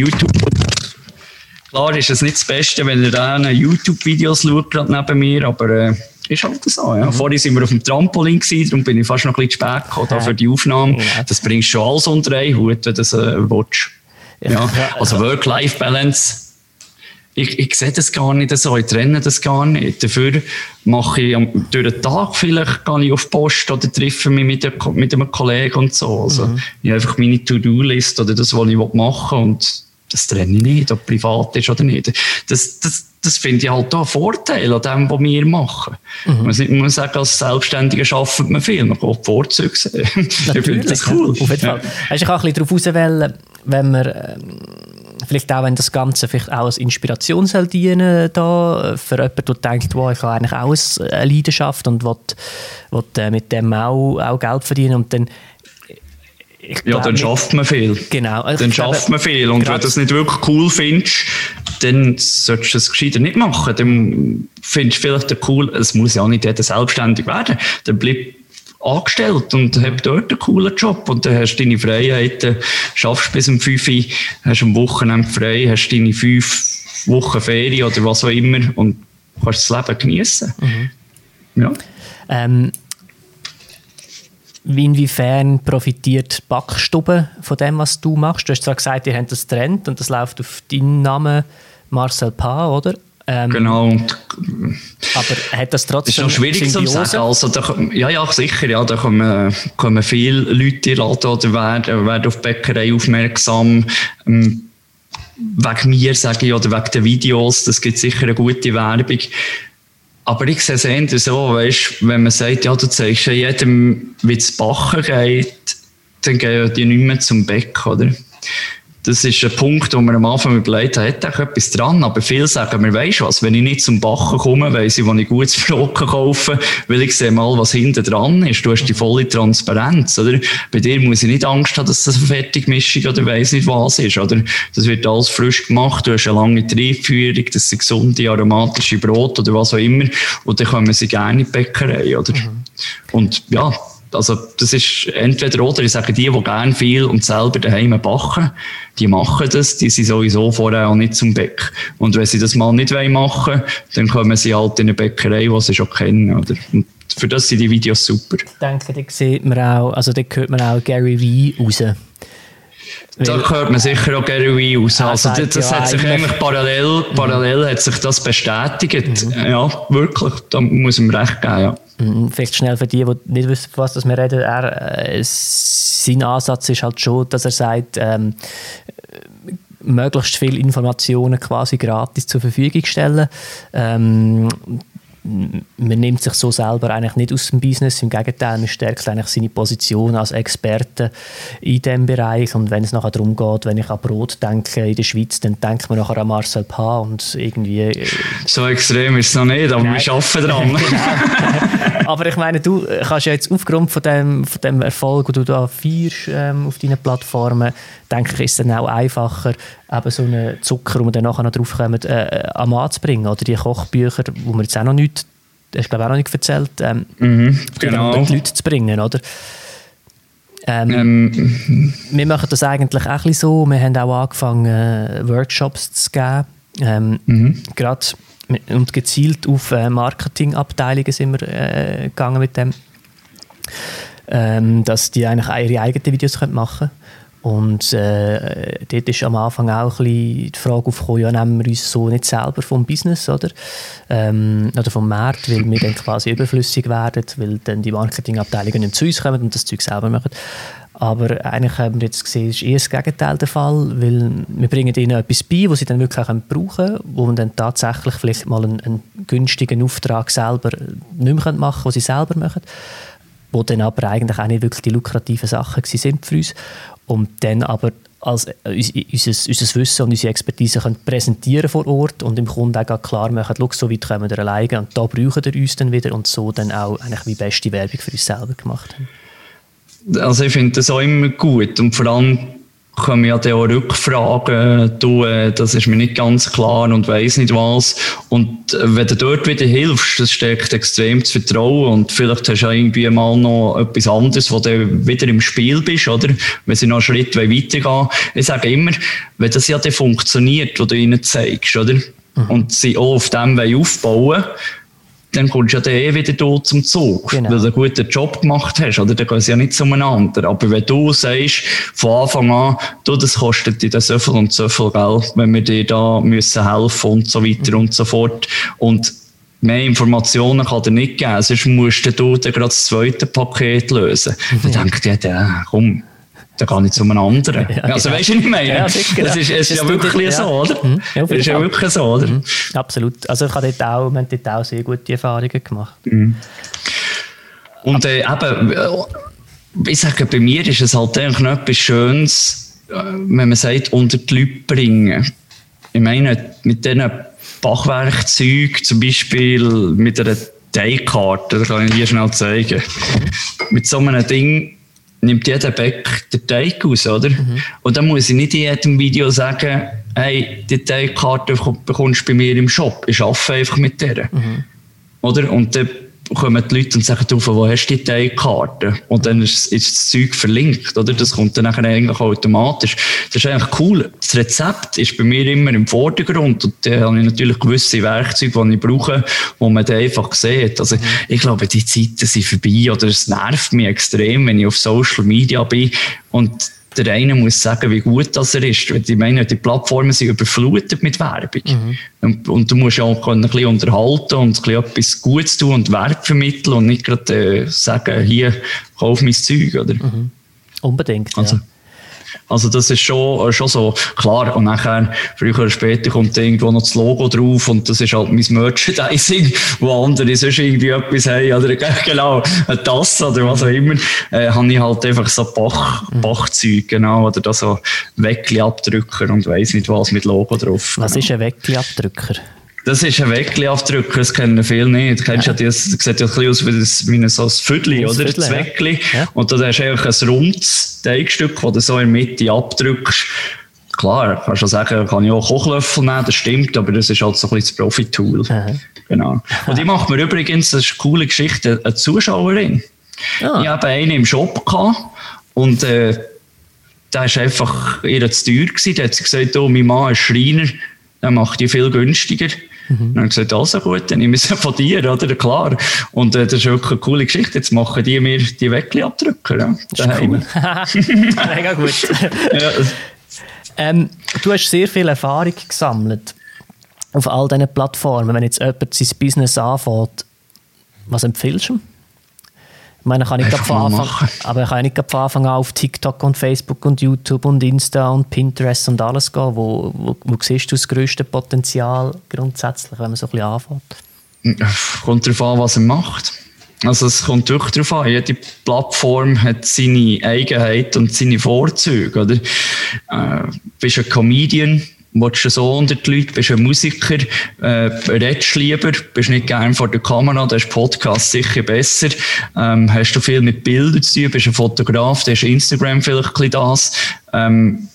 Klar ist es nicht das Beste, wenn ihr da YouTube-Videos schaut, gerade neben mir, aber ist halt so. Ja. Vorhin sind wir auf dem Trampolin gewesen, darum bin ich fast noch ein bisschen spät gekommen für die Aufnahme. Ja. Das bringst schon alles unter einen Hut, wenn du das willst. Ja. Also Work-Life-Balance, ich sehe das gar nicht so, ich trenne das gar nicht. Dafür mache ich durch den Tag, vielleicht gehe ich auf die Post oder treffe mich mit einem Kollegen und so. Also ich habe einfach meine To-Do-List oder das, was ich machen will, und das trenne ich nicht, ob privat ist oder nicht. Das finde ich halt auch einen Vorteil an dem, was wir machen. Man muss sagen, als Selbstständiger arbeitet man viel, man kann Vorzüge sehen. Ich finde das cool. Auf jeden Fall. Ich kann ein bisschen darauf auswählen, wenn man vielleicht auch, wenn das Ganze vielleicht auch als Inspiration soll dienen da, für jemanden, der denkt, wow, ich habe eigentlich auch eine Leidenschaft und will mit dem auch Geld verdienen, und dann dann schafft man viel. Genau. Dann schafft man viel. Und wenn du das nicht wirklich cool findest, dann solltest du es gescheiter nicht machen. Dann findest du vielleicht cool, es muss ja auch nicht jeder selbstständig werden. Dann bleib angestellt und hab dort einen coolen Job. Und dann hast du deine Freiheiten, schaffst bis um 5 Uhr, hast am Wochenende frei, hast deine 5 Wochen Ferien oder was auch immer und kannst das Leben genießen. Ja. inwiefern profitiert die Backstube von dem, was du machst? Du hast zwar gesagt, ihr habt das Trend und das läuft auf deinen Namen Marcel Paar, oder? Genau. Aber hat das trotzdem ist noch schwierig zu sagen. Also, ja, sicher. Ja, da kommen viele Leute in den Laden oder werden auf die Bäckerei aufmerksam. Wegen mir, sage ich, oder wegen den Videos. Das gibt sicher eine gute Werbung. Aber ich sehe es eher so, weißt, wenn man sagt, ja, du zeigst ja jedem, wie es backen geht, dann gehen die nicht mehr zum Bäcker, oder? Das ist ein Punkt, wo man am Anfang überlegt hat, hat etwas dran. Aber viele sagen mir, weisst du was, wenn ich nicht zum Backen komme, weiss ich, wo ich gutes Brocken kaufe, weil ich sehe mal, was hinten dran ist. Du hast die volle Transparenz, oder? Bei dir muss ich nicht Angst haben, dass das eine Fertigmischung oder weiss nicht was ist, oder? Das wird alles frisch gemacht, du hast eine lange Triebführung, das sind gesunde, aromatische Brot oder was auch immer. Und dann kommen sie gerne in die Bäckerei, oder? Und ja, also das ist entweder oder, ich sage, die gerne viel und selber daheim backen, die machen das, die sind sowieso vorher auch nicht zum Bäck. Und wenn sie das mal nicht machen wollen, dann kommen sie halt in eine Bäckerei, die sie schon kennen, oder? Und für das sind die Videos super. Ich denke, da sieht man auch, also da hört man auch Gary Vee raus. Da hört man sicher auch Gary Vee raus. Also das hat sich eigentlich parallel hat sich das bestätigt. Ja, wirklich, da muss man recht geben, ja. Vielleicht schnell für die nicht wissen, von was wir reden. Sein Ansatz ist halt schon, dass er sagt, möglichst viele Informationen quasi gratis zur Verfügung stellen. Man nimmt sich so selber eigentlich nicht aus dem Business, im Gegenteil, man stärkt eigentlich seine Position als Experte in diesem Bereich. Und wenn es nachher darum geht, wenn ich an Brot denke in der Schweiz, dann denkt man nachher an Marcel Paar und irgendwie... So extrem ist es noch nicht, aber wir arbeiten dran. Genau. Aber ich meine, du kannst ja jetzt aufgrund von dem Erfolg, den du da feierst auf deinen Plattformen, denke ich, ist es dann auch einfacher, eben so einen Zucker, wo wir dann nachher noch drauf kommen, am Mann zu bringen. Oder die Kochbücher, wo wir jetzt auch noch nicht, das hast du glaube ich auch noch nicht erzählt, genau. Die Leute zu bringen, oder? Wir machen das eigentlich auch ein bisschen so. Wir haben auch angefangen, Workshops zu geben. Gerade und gezielt auf Marketingabteilungen sind wir gegangen mit dem, dass die eigentlich auch ihre eigenen Videos machen können. Und dort ist am Anfang auch ein bisschen die Frage aufgekommen, ja, nehmen wir uns so nicht selber vom Business oder vom Markt, weil wir dann quasi überflüssig werden, weil dann die Marketingabteilungen nicht zu uns kommen und das Zeug selber machen. Aber eigentlich haben wir jetzt gesehen, es ist eher das Gegenteil der Fall, weil wir bringen ihnen etwas bei, was sie dann wirklich auch brauchen können, wo man dann tatsächlich vielleicht mal einen günstigen Auftrag selber nicht mehr machen können, was sie selber machen, wo dann aber eigentlich auch nicht wirklich die lukrativen Sachen sind für uns. Und dann aber als unser Wissen und unsere Expertise können präsentieren vor Ort und dem Kunden auch klar machen, schau, so weit kommen wir alleine und da brauchen wir uns dann wieder und so dann auch eigentlich wie beste Werbung für uns selber gemacht haben. Also ich finde das auch immer gut und vor allem kommen ja dann auch Rückfragen, das ist mir nicht ganz klar und weiss nicht was. Und wenn du dort wieder hilfst, das stärkt extrem das Vertrauen und vielleicht hast du irgendwie mal noch etwas anderes, wo du wieder im Spiel bist, oder? Wenn sie noch einen Schritt weitergehen. Ich sage immer, wenn das ja dann funktioniert, was du ihnen zeigst, oder? Und sie auch auf dem aufbauen, dann kommst du ja dann wieder da zum Zug, genau. Weil du einen guten Job gemacht hast, oder? Dann gehen sie ja nicht zueinander. Aber wenn du sagst, von Anfang an, du, das kostet dir so viel und so viel Geld, wenn wir dir da müssen helfen und so weiter und so fort. Und mehr Informationen kann dir nicht geben, sonst musst du dann gerade das zweite Paket lösen. Dann denkt jeder, komm, dann gehe ich zu einem anderen. Ja, also weißt du, was ich meine? Ja, sicher, das ist ja wirklich so, oder? Ja, das ist ja wirklich so, oder? Absolut. Also wir haben dort auch sehr gute Erfahrungen gemacht. Und eben, ich sage, bei mir ist es halt eigentlich noch etwas Schönes, wenn man sagt, unter die Leute bringen. Ich meine, mit diesen Bachwerkzeugen, zum Beispiel mit einer Teigkarte, das kann ich hier schnell zeigen. Mit so einem Ding nimmt jeder Bäcker den Teig aus, oder? Und dann muss ich nicht in jedem Video sagen, hey, die Teigkarte bekommst du bei mir im Shop. Ich arbeite einfach mit der. Oder? Und dann kommen die Leute und sagen, du, wo hast du die Teilkarte? Und dann ist das Zeug verlinkt, oder? Das kommt dann nachher eigentlich automatisch. Das ist eigentlich cool. Das Rezept ist bei mir immer im Vordergrund und da habe ich natürlich gewisse Werkzeuge, die ich brauche, wo man dann einfach sieht. Also ich glaube, die Zeiten sind vorbei oder es nervt mich extrem, wenn ich auf Social Media bin und der eine muss sagen, wie gut das er ist. Ich meine, die Plattformen sind überflutet mit Werbung. Und du musst auch ein bisschen unterhalten und ein bisschen etwas Gutes tun und Wert vermitteln und nicht gerade sagen, hier, kauf mein Zeug. Oder? Unbedingt, Also das ist schon so klar. Und nachher, früher oder später, kommt irgendwo noch das Logo drauf und das ist halt mein Merchandising, wo andere sonst irgendwie etwas haben oder genau, eine Tasse oder was auch immer, habe ich halt einfach so Bachzeug, genau, oder da so Weckli-Abdrücker und weiss nicht was mit Logo drauf. Was ist ein Weckli-Abdrücker? Das ist ein Weckli-Abdrücker, das kennen viele nicht. Du kennst das sieht ja ein bisschen aus wie so ein Viertel, oder? Das Weckli. Ja. Und da hast du einfach ein rundes Teigstück, das du so in der Mitte abdrückst. Klar, kannst du sagen, kann ich auch Kochlöffel nehmen, das stimmt, aber das ist halt so ein bisschen das Profi-Tool. Genau. Und ich mache mir übrigens, das ist eine coole Geschichte, eine Zuschauerin. Ich hatte einen im Shop gehabt und der war einfach ihr zu teuer gewesen. Da hat sie gesagt, oh, mein Mann ist Schreiner, der macht die viel günstiger. Dann habe ich gesagt, also gut, dann nehme ich es von dir, oder? Klar. Und das ist wirklich eine coole Geschichte. Jetzt machen die mir die Weckli-Abdrücker. Ja. Das ist cool. Mega gut. Du hast sehr viel Erfahrung gesammelt auf all diesen Plattformen. Wenn jetzt jemand sein Business anfängt, was empfiehlst du ihm? Ich meine, ich kann nicht von Anfang an auf TikTok und Facebook und YouTube und Insta und Pinterest und alles gehen. Wo siehst du das grösste Potenzial grundsätzlich, wenn man so ein bisschen anfängt? Kommt darauf an, was er macht. Also es kommt wirklich darauf an. Jede Plattform hat seine Eigenheiten und seine Vorzüge. Oder? Bist ein Comedian, willst du so unter die Leute, bist ein Musiker, redest lieber, bist nicht gern vor der Kamera, da ist Podcast sicher besser, hast du viel mit Bildern zu tun, bist ein Fotograf, da ist Instagram vielleicht ein bisschen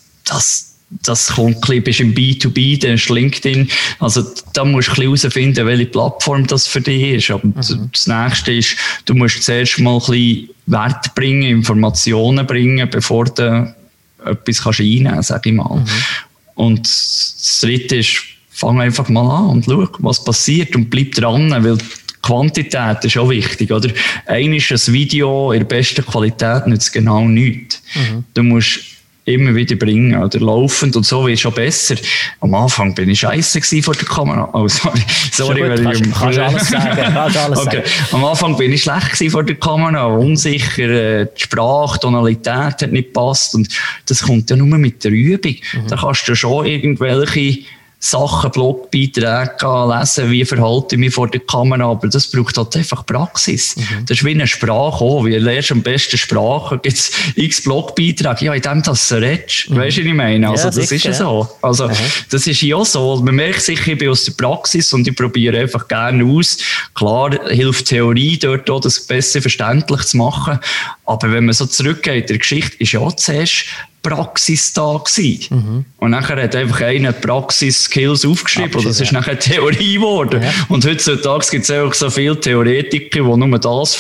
das kommt ein bisschen, bist im B2B, dann ist LinkedIn, also da musst du ein bisschen herausfinden, welche Plattform das für dich ist. Aber das Nächste ist, du musst zuerst mal ein bisschen Wert bringen, Informationen bringen, bevor du etwas einnehmen kannst, sage ich mal. Und das Dritte ist, fang einfach mal an und schau, was passiert und bleib dran, weil Quantität ist auch wichtig, oder? Ein Video in der besten Qualität nützt genau nichts. Du musst immer wieder bringen, oder laufend und so wird es schon besser. Am Anfang bin ich scheisse vor der Kamera. Oh, sorry, kannst alles sagen. Okay. Am Anfang bin ich schlecht vor der Kamera, unsicher, die Sprache, die Tonalität hat nicht gepasst und das kommt ja nur mit der Übung. Da kannst du schon irgendwelche Sachen, Blogbeiträge lesen, wie verhalte ich mich vor der Kamera, aber das braucht halt einfach Praxis. Das ist wie eine Sprache auch. Wie lernst du am besten Sprache? Gibt es x Blogbeiträge? Ja, in dem, dass du redest. Weißt du, was ich meine? Also, ja, das sicher, ist ja so. Also, das ist ja so. Man merkt sich, ich bin aus der Praxis und ich probiere einfach gerne aus. Klar, hilft Theorie dort auch, das besser verständlich zu machen. Aber wenn man so zurückgeht, in der Geschichte ist ja auch zuerst Praxis da gewesen. Und nachher hat einfach einer Praxis-Skills aufgeschrieben und das ist nachher Theorie geworden. Ja. Und heutzutage gibt es auch so viele Theoretiker, die nur das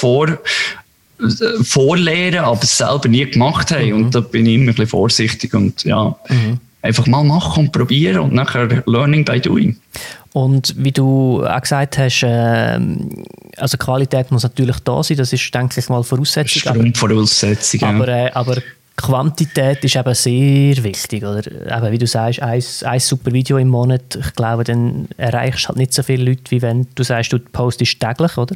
vorlehren, aber es selber nie gemacht haben. Und da bin ich immer ein bisschen vorsichtig und ja, einfach mal machen und probieren und nachher Learning by Doing. Und wie du auch gesagt hast, also Qualität muss natürlich da sein, das ist, denke ich mal, Voraussetzung. Das ist Grundvoraussetzung, aber Quantität ist eben sehr wichtig. Oder? Eben, wie du sagst, ein super Video im Monat, ich glaube, dann erreichst du halt nicht so viele Leute, wie wenn du sagst, du postest täglich, oder?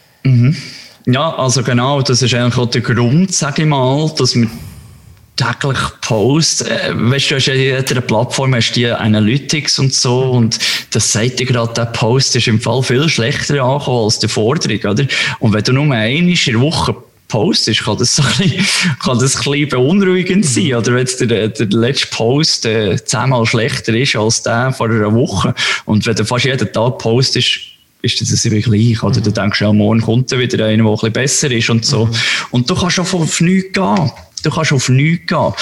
Ja, also genau, das ist eigentlich auch der Grund, sage ich mal, dass wir täglich Post, weißt du, hast ja in jeder Plattform hast die Analytics und so und das sagt dir gerade, der Post ist im Fall viel schlechter angekommen als die Forderung, oder? Und wenn du nur einmal in der Woche postest, kann das ein bisschen beunruhigend sein, oder wenn der letzte Post 10-mal schlechter ist als der vor einer Woche und wenn du fast jeden Tag postest, ist das immer gleich, oder du denkst, ja, morgen kommt wieder einer, der ein bisschen besser ist und so. Und du kannst auf nichts gehen.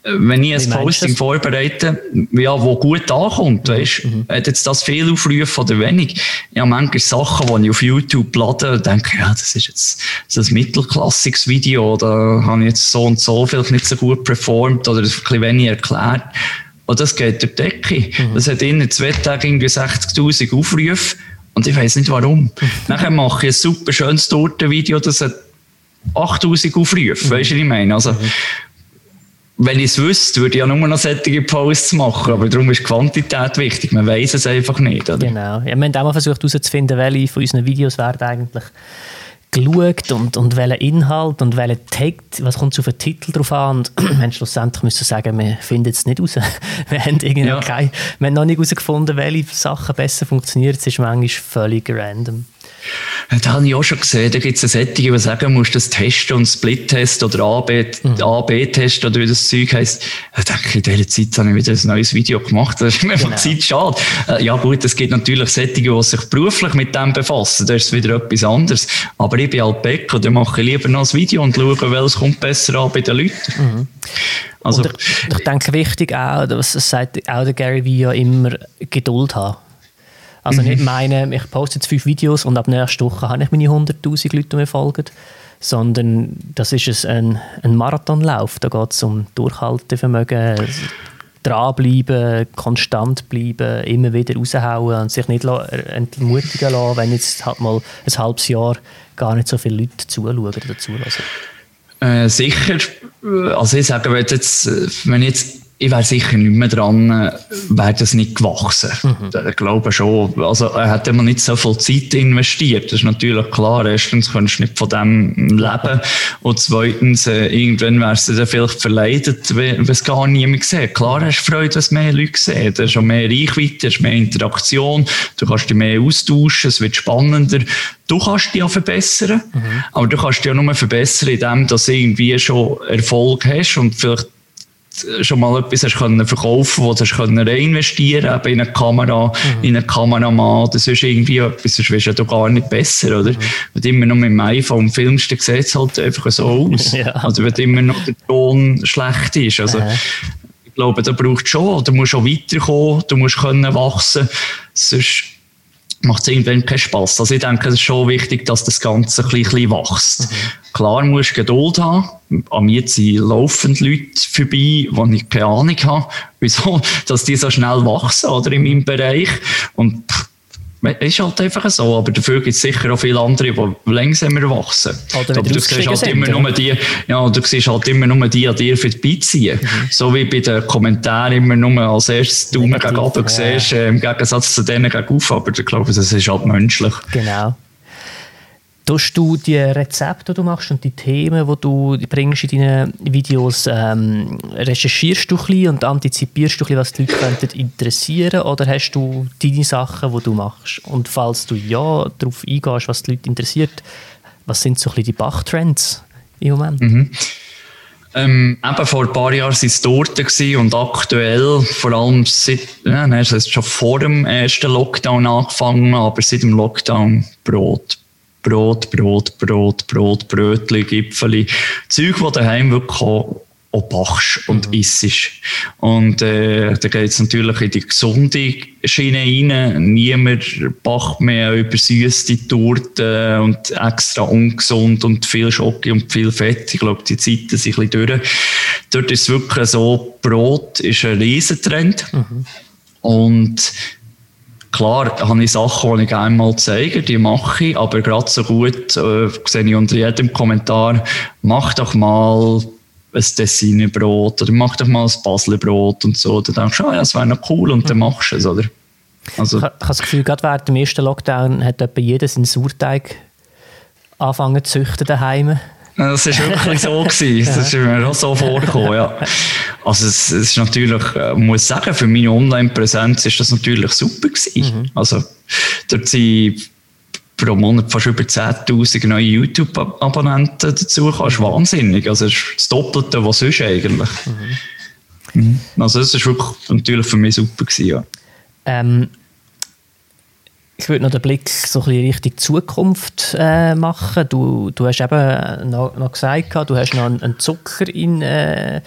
wenn ich ein Posting vorbereite, ja, wo gut ankommt, weißt, hat jetzt das viel Aufrufe oder wenig? Ja, manchmal Sachen, die ich auf YouTube lade, denke, ja, das ist jetzt so ein mittelklassiges Video, da habe ich jetzt so und so vielleicht nicht so gut performt oder ein bisschen wenig erklärt. Und das geht durch die Decke. Das hat in 2 Tagen irgendwie 60'000 Aufrufe und ich weiss nicht warum. Nachher mache ich ein super schönes Tortenvideo, das hat 8'000 Aufrufe, weißt du, was ich meine? Also, wenn ich es wüsste, würde ich ja nur noch solche Posts machen, aber darum ist Quantität wichtig, man weiss es einfach nicht. Oder? Genau, ja, wir haben auch mal versucht herauszufinden, welche von unseren Videos werden eigentlich geschaut und welcher Inhalt und welcher Text, was kommt auf den Titel drauf an, und wir haben schlussendlich müssen sagen, wir finden es nicht raus. Wir haben, wir haben noch nicht herausgefunden, welche Sachen besser funktionieren, es ist manchmal völlig random. Das habe ich auch schon gesehen. Da gibt es eine Sättige, die sagen, musst das testen und Split-Test oder A-B-Test oder wie das Zeug heisst. Da denke ich, in dieser Zeit habe ich wieder ein neues Video gemacht. Das ist mir von Zeit schade. Ja gut, es gibt natürlich Sättige, die sich beruflich mit dem befassen. Das ist wieder etwas anderes. Aber ich bin halt Bäcker, da mache ich lieber noch ein Video und schaue, welches kommt besser an bei den Leuten. Also, und ich denke, wichtig auch, das sagt auch der Gary Vee ja immer, Geduld haben. Also nicht meinen, ich poste jetzt 5 Videos und ab nächster Woche habe ich meine 100'000 Leute, die mir folgen, sondern das ist ein Marathonlauf. Da geht es um Durchhaltevermögen, dranbleiben, konstant bleiben, immer wieder raushauen und sich nicht entmutigen lassen, wenn jetzt halt mal ein halbes Jahr gar nicht so viele Leute zuschauen oder zulassen. Sicher. Also ich sage, ich wäre sicher nicht mehr dran, wäre das nicht gewachsen. Ich glaube schon. Also, er hat immer nicht so viel Zeit investiert. Das ist natürlich klar. Erstens kannst du nicht von dem leben. Und zweitens, irgendwann wärst du dann vielleicht verleidet, wenn es gar niemand sieht. Klar hast du Freude, dass mehr Leute sehen. Du hast schon mehr Reichweite, hast mehr Interaktion. Du kannst dich mehr austauschen. Es wird spannender. Du kannst dich ja verbessern. Aber du kannst dich ja nur verbessern, indem du irgendwie schon Erfolg hast und vielleicht schon mal etwas hast können verkaufen, wo du hast können reinvestieren, eben in eine Kamera, in einen Kameramann, das ist irgendwie etwas, sonst wirst du gar nicht besser, oder? Wenn du immer noch mit dem iPhone filmst, dann sieht es halt einfach so aus. Ja. Also wenn immer noch der Ton schlecht ist. Also, ich glaube, da braucht schon, du musst auch weiterkommen, du musst können wachsen, sonst macht es irgendwann keinen Spass. Also ich denke, es ist schon wichtig, dass das Ganze ein bisschen wächst. Klar musst du Geduld haben. An mir sind laufend Leute vorbei, die ich keine Ahnung habe, wieso, dass die so schnell wachsen, oder, in meinem Bereich. Und ist halt einfach so, aber dafür gibt es sicher auch viele andere, die langsamer wachsen. Oder aber du siehst halt immer nur die, ja, du siehst halt immer nur die an dir vorbeiziehen. So wie bei den Kommentaren immer nur als erstes Daumen gegen runter siehst, im Gegensatz zu denen gegen auf, aber ich glaube, das ist halt menschlich. Genau. Tust du die Rezepte, die du machst und die Themen, die du bringst in deinen Videos, recherchierst du ein bisschen und antizipierst du ein bisschen, was die Leute könnten interessieren, oder hast du deine Sachen, die du machst? Und falls du ja darauf eingehst, was die Leute interessiert, was sind so ein bisschen die Bachtrends im Moment? Eben vor ein paar Jahren waren es Torten und aktuell, vor allem es hat schon vor dem ersten Lockdown angefangen, aber seit dem Lockdown Brötchen, Gipfeli, Zeug, die daheim wirklich auch bachst und isst. Und da geht es natürlich in die gesunde Schiene rein. Niemand backt mehr übersüßte Torten und extra ungesund und viel Schoki und viel Fett. Ich glaube, die Zeiten sind ein bisschen durch. Dort ist es wirklich so, Brot ist ein Riesentrend. Und klar habe ich Sachen, die ich gerne mal zeige, die mache ich, aber gerade so gut sehe ich unter jedem Kommentar, mach doch mal ein Tessiner-Brot oder mach doch mal ein Basler-Brot und so. Dann denkst du, ja, das wäre noch cool und dann machst du es, oder? Also, ich habe das Gefühl, gerade während dem ersten Lockdown hat etwa jeder seinen Sauerteig angefangen zu züchten daheim. Das war wirklich so gewesen. Das ist mir auch so vorgekommen, ja. Also es ist natürlich, muss sagen, für meine Online-Präsenz ist das natürlich super gewesen. Also dort sind pro Monat fast über 10'000 neue YouTube-Abonnenten dazu. Das ist wahnsinnig. Also es ist das Doppelte, was sonst eigentlich. Also das ist wirklich natürlich für mich super gewesen, ja. Ich würde noch den Blick so ein bisschen Richtung Zukunft machen. Du hast eben noch gesagt, du hast noch einen Zucker in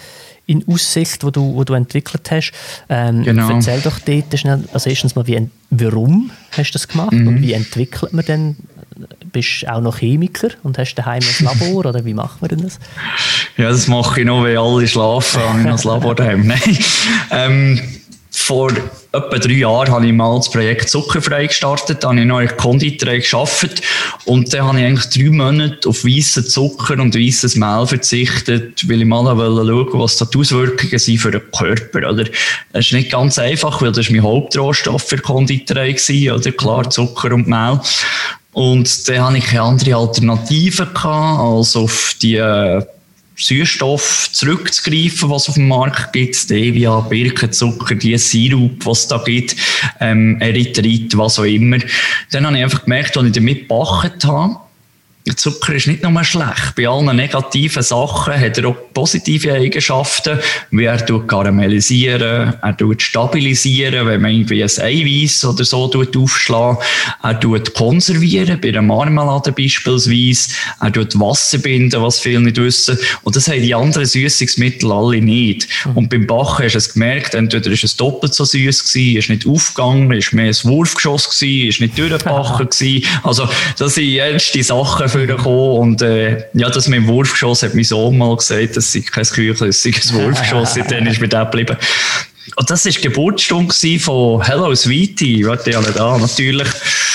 in Aussicht, wo du entwickelt hast. Genau. Erzähl doch dort schnell, also erstens mal, warum hast du das gemacht und wie entwickelt man denn? Bist du auch noch Chemiker und hast daheim ein Labor oder wie macht man denn das? Ja, das mache ich noch, wenn alle schlafen, habe ich noch das Labor daheim. Nein. Vor etwa 3 Jahren habe ich mal das Projekt Zuckerfrei gestartet, da habe ich noch in der Konditorei gearbeitet und dann habe ich eigentlich 3 Monate auf weißen Zucker und weißes Mehl verzichtet, weil ich mal schauen, was da die Auswirkungen sind für den Körper. Oder? Das ist nicht ganz einfach, weil das war mein Hauptrohstoff für die Konditorei gewesen, oder? Klar, Zucker und Mehl. Und dann hatte ich keine andere Alternative gehabt, als auf die Süßstoff zurückzugreifen, was es auf dem Markt gibt, Stevia, Birkenzucker, die Sirup, was es da gibt, Erythrit, was auch immer. Dann habe ich einfach gemerkt, als ich damit gebacken habe, der Zucker ist nicht nur schlecht. Bei allen negativen Sachen hat er auch positive Eigenschaften, wie er karamellisieren, er stabilisieren, wenn man irgendwie ein Eiweiß oder so aufschlägt, er konservieren, bei einer Marmelade beispielsweise, er Wasser binden, was viele nicht wissen. Und das haben die anderen Süßungsmittel alle nicht. Und beim Backen hast du es gemerkt, entweder ist es doppelt so süß gewesen, ist nicht aufgegangen, ist mehr ein Wurfgeschoss gewesen, ist nicht durchgebacken gewesen. Also, das sind ernste Sachen gekommen. Und ja, das mit dem Wurfgeschoss hat mein Sohn mal gesagt, das sei kein Küchlein, es sei ein Wurfgeschoss, seitdem ist mir der geblieben. Und das war die Geburtsstunde von Hello Sweetie, warte ja da, natürlich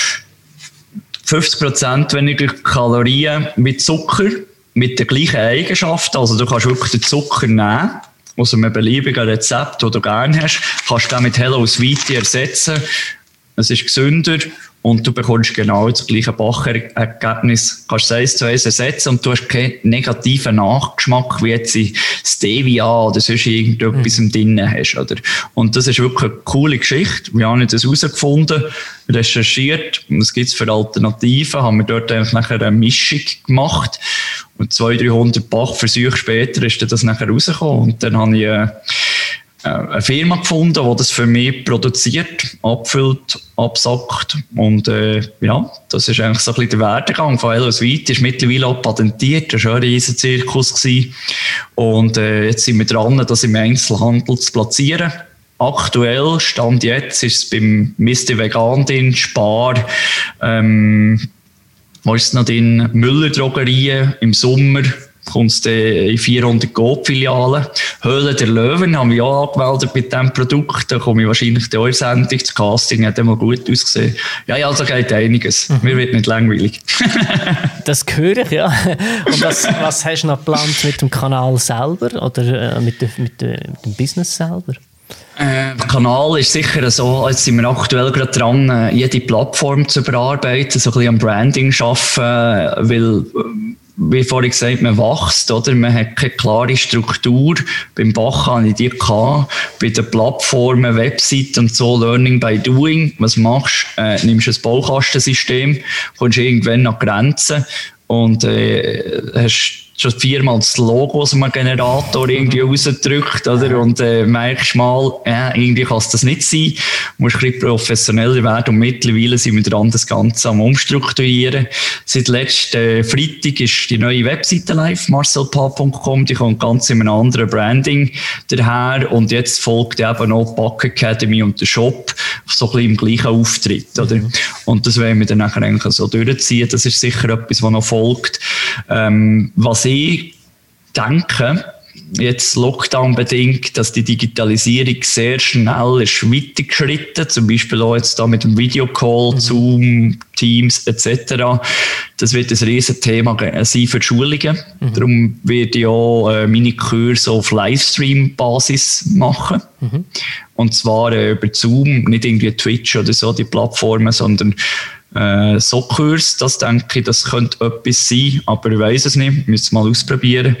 50% weniger Kalorien mit Zucker, mit den gleichen Eigenschaften, also du kannst wirklich den Zucker nehmen, aus einem beliebigen Rezept, das du gerne hast, kannst du den mit Hello Sweetie ersetzen, es ist gesünder, und du bekommst genau das gleiche Bachergebnis, kannst es 1:1 ersetzen und du hast keinen negativen Nachgeschmack, wie jetzt in Stevia oder sonst irgendetwas drin hast. Oder? Und das ist wirklich eine coole Geschichte. Wir haben das herausgefunden, recherchiert, was gibt es für Alternativen, haben wir dort einfach nachher eine Mischung gemacht und 200-300 Backversuche später ist das nachher rausgekommen und dann habe ich eine Firma gefunden, die das für mich produziert, abfüllt, absackt und ja, das ist eigentlich so ein bisschen der Werdegang von Hello Sweetie, ist mittlerweile auch patentiert, das war schon ein riesen Zirkus gewesen. Und jetzt sind wir dran, das im Einzelhandel zu platzieren. Aktuell, Stand jetzt, ist es beim Mr. Vegan drin, Spar, wo ist es noch drin, Müller Drogerien im Sommer, kommt es in 400 Coop-Filialen. Höhle der Löwen haben wir auch angemeldet mit diesem Produkt. Da komme ich wahrscheinlich in eure Sendung. Das Casting hat immer gut ausgesehen. Ja, da geht einiges. Mir wird nicht langweilig. Das höre ich, ja. Und was hast du noch geplant mit dem Kanal selber oder mit dem Business selber? Der Kanal ist sicher so, jetzt sind wir aktuell gerade dran, jede Plattform zu bearbeiten, so ein bisschen am Branding arbeiten, weil wie vorhin gesagt, man wächst, oder? Man hat keine klare Struktur. Beim Bach hatte ich die gehabt. Bei den Plattformen, Webseiten und so, Learning by Doing. Was machst du? Nimmst ein Baukastensystem, kommst irgendwann an Grenzen und hast schon 4-mal das Logo aus einem Generator irgendwie rausgedrückt, oder? Und merkst mal, irgendwie kann es das nicht sein. Du musst ein bisschen professioneller werden und mittlerweile sind wir dran, das Ganze am Umstrukturieren. Seit letzten Freitag ist die neue Webseite live, marcelpa.com, die kommt ganz in einem anderen Branding daher und jetzt folgt eben noch Back Academy und der Shop, so ein bisschen im gleichen Auftritt, oder? Und das werden wir dann nachher eigentlich so durchziehen. Das ist sicher etwas, was noch folgt. Was ich denke, jetzt Lockdown-bedingt, dass die Digitalisierung sehr schnell ist weitergeschritten, zum Beispiel auch jetzt da mit dem Videocall, Zoom, Teams etc. Das wird ein riesen Thema sein für die Schulungen. Darum werde ich auch meine Kurse auf Livestream-Basis machen. Und zwar über Zoom, nicht irgendwie Twitch oder so, die Plattformen, sondern so Kurs, das denke ich, das könnte etwas sein, aber ich weiss es nicht, müssen es mal ausprobieren.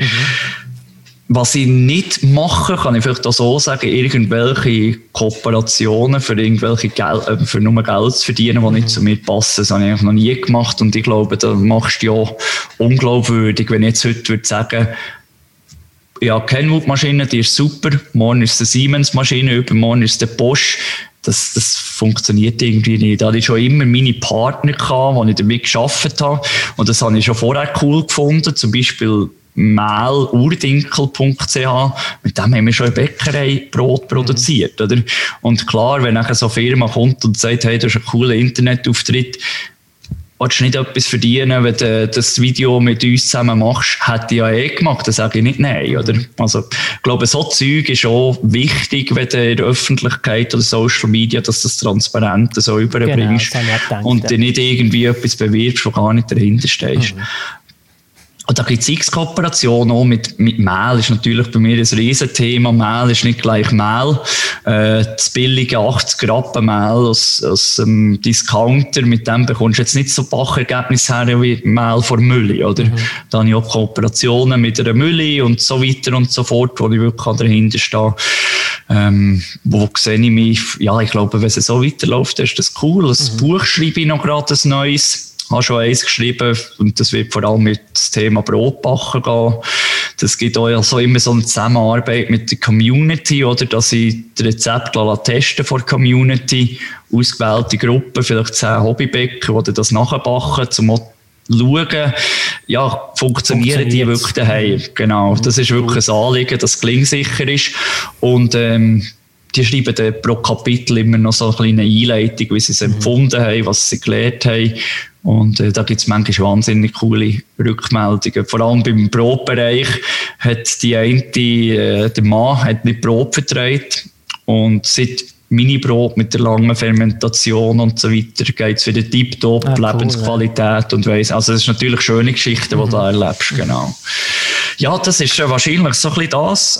Was ich nicht mache, kann ich vielleicht auch so sagen, irgendwelche Kooperationen für irgendwelche für nur Geld zu verdienen, die nicht zu mir passen. Das habe ich eigentlich noch nie gemacht und ich glaube, da machst du ja unglaubwürdig, wenn ich jetzt heute würde sagen, ja, Kenwood-Maschine, die ist super, morgen ist es eine Siemens-Maschine, übermorgen ist es eine Bosch. Das funktioniert irgendwie nicht. Da hatte ich schon immer meine Partner gehabt, die ich damit gearbeitet habe. Und das habe ich schon vorher cool gefunden. Zum Beispiel mehlurdinkel.ch, mit dem haben wir schon eine Bäckerei Brot produziert, oder? Und klar, wenn nachher so eine Firma kommt und sagt, hey, das ist ein cooler Internetauftritt, willst du nicht etwas verdienen, wenn du das Video mit uns zusammen machst, hätte ich ja gemacht, dann sage ich nicht nein, oder? Also, ich glaube, so Zeug ist auch wichtig, wenn du in der Öffentlichkeit oder Social Media, dass du das transparent so überbringst, genau, und dir nicht irgendwie etwas bewirbst, wo gar nicht dahinter stehst. Und da gibt es X-Kooperationen auch mit Mehl, ist natürlich bei mir ein Riesenthema. Mehl ist nicht gleich Mehl. Das billige 80 Rappen Mehl aus dem Discounter, mit dem bekommst du jetzt nicht so Bachergebnisse her wie Mehl von Mülli, oder? Da habe ich auch Kooperationen mit einer Mülli und so weiter und so fort, wo ich wirklich dahinter stehe. Wo sehe ich mich, ja, ich glaube, wenn es so weiterläuft, ist das cool. Das Buch schreibe ich noch gerade ein neues. Ich habe schon eins geschrieben und das wird vor allem mit dem Thema Brotbacken gehen. Das gibt auch also immer so eine Zusammenarbeit mit der Community, oder, dass ich das Rezept testen von der Community, ausgewählte Gruppen, vielleicht 10 Hobbybäcker, die das nachbacken, um schauen, ja, funktionieren die wirklich daheim. Genau, das ist wirklich ein Anliegen, dass es gelingsicher ist. Und die schreiben dann pro Kapitel immer noch so eine kleine Einleitung, wie sie es empfunden haben, was sie gelernt haben. Und da gibt es manchmal wahnsinnig coole Rückmeldungen. Vor allem beim Brotbereich hat die eine, der Mann hat nicht Brot vertreibt. Und seit Mini-Brot mit der langen Fermentation und so weiter geht es wieder tipptopp, Lebensqualität, ja. Und weiss. Also das ist natürlich schöne Geschichten, die du da erlebst, genau. Ja, das ist wahrscheinlich so ein bisschen das.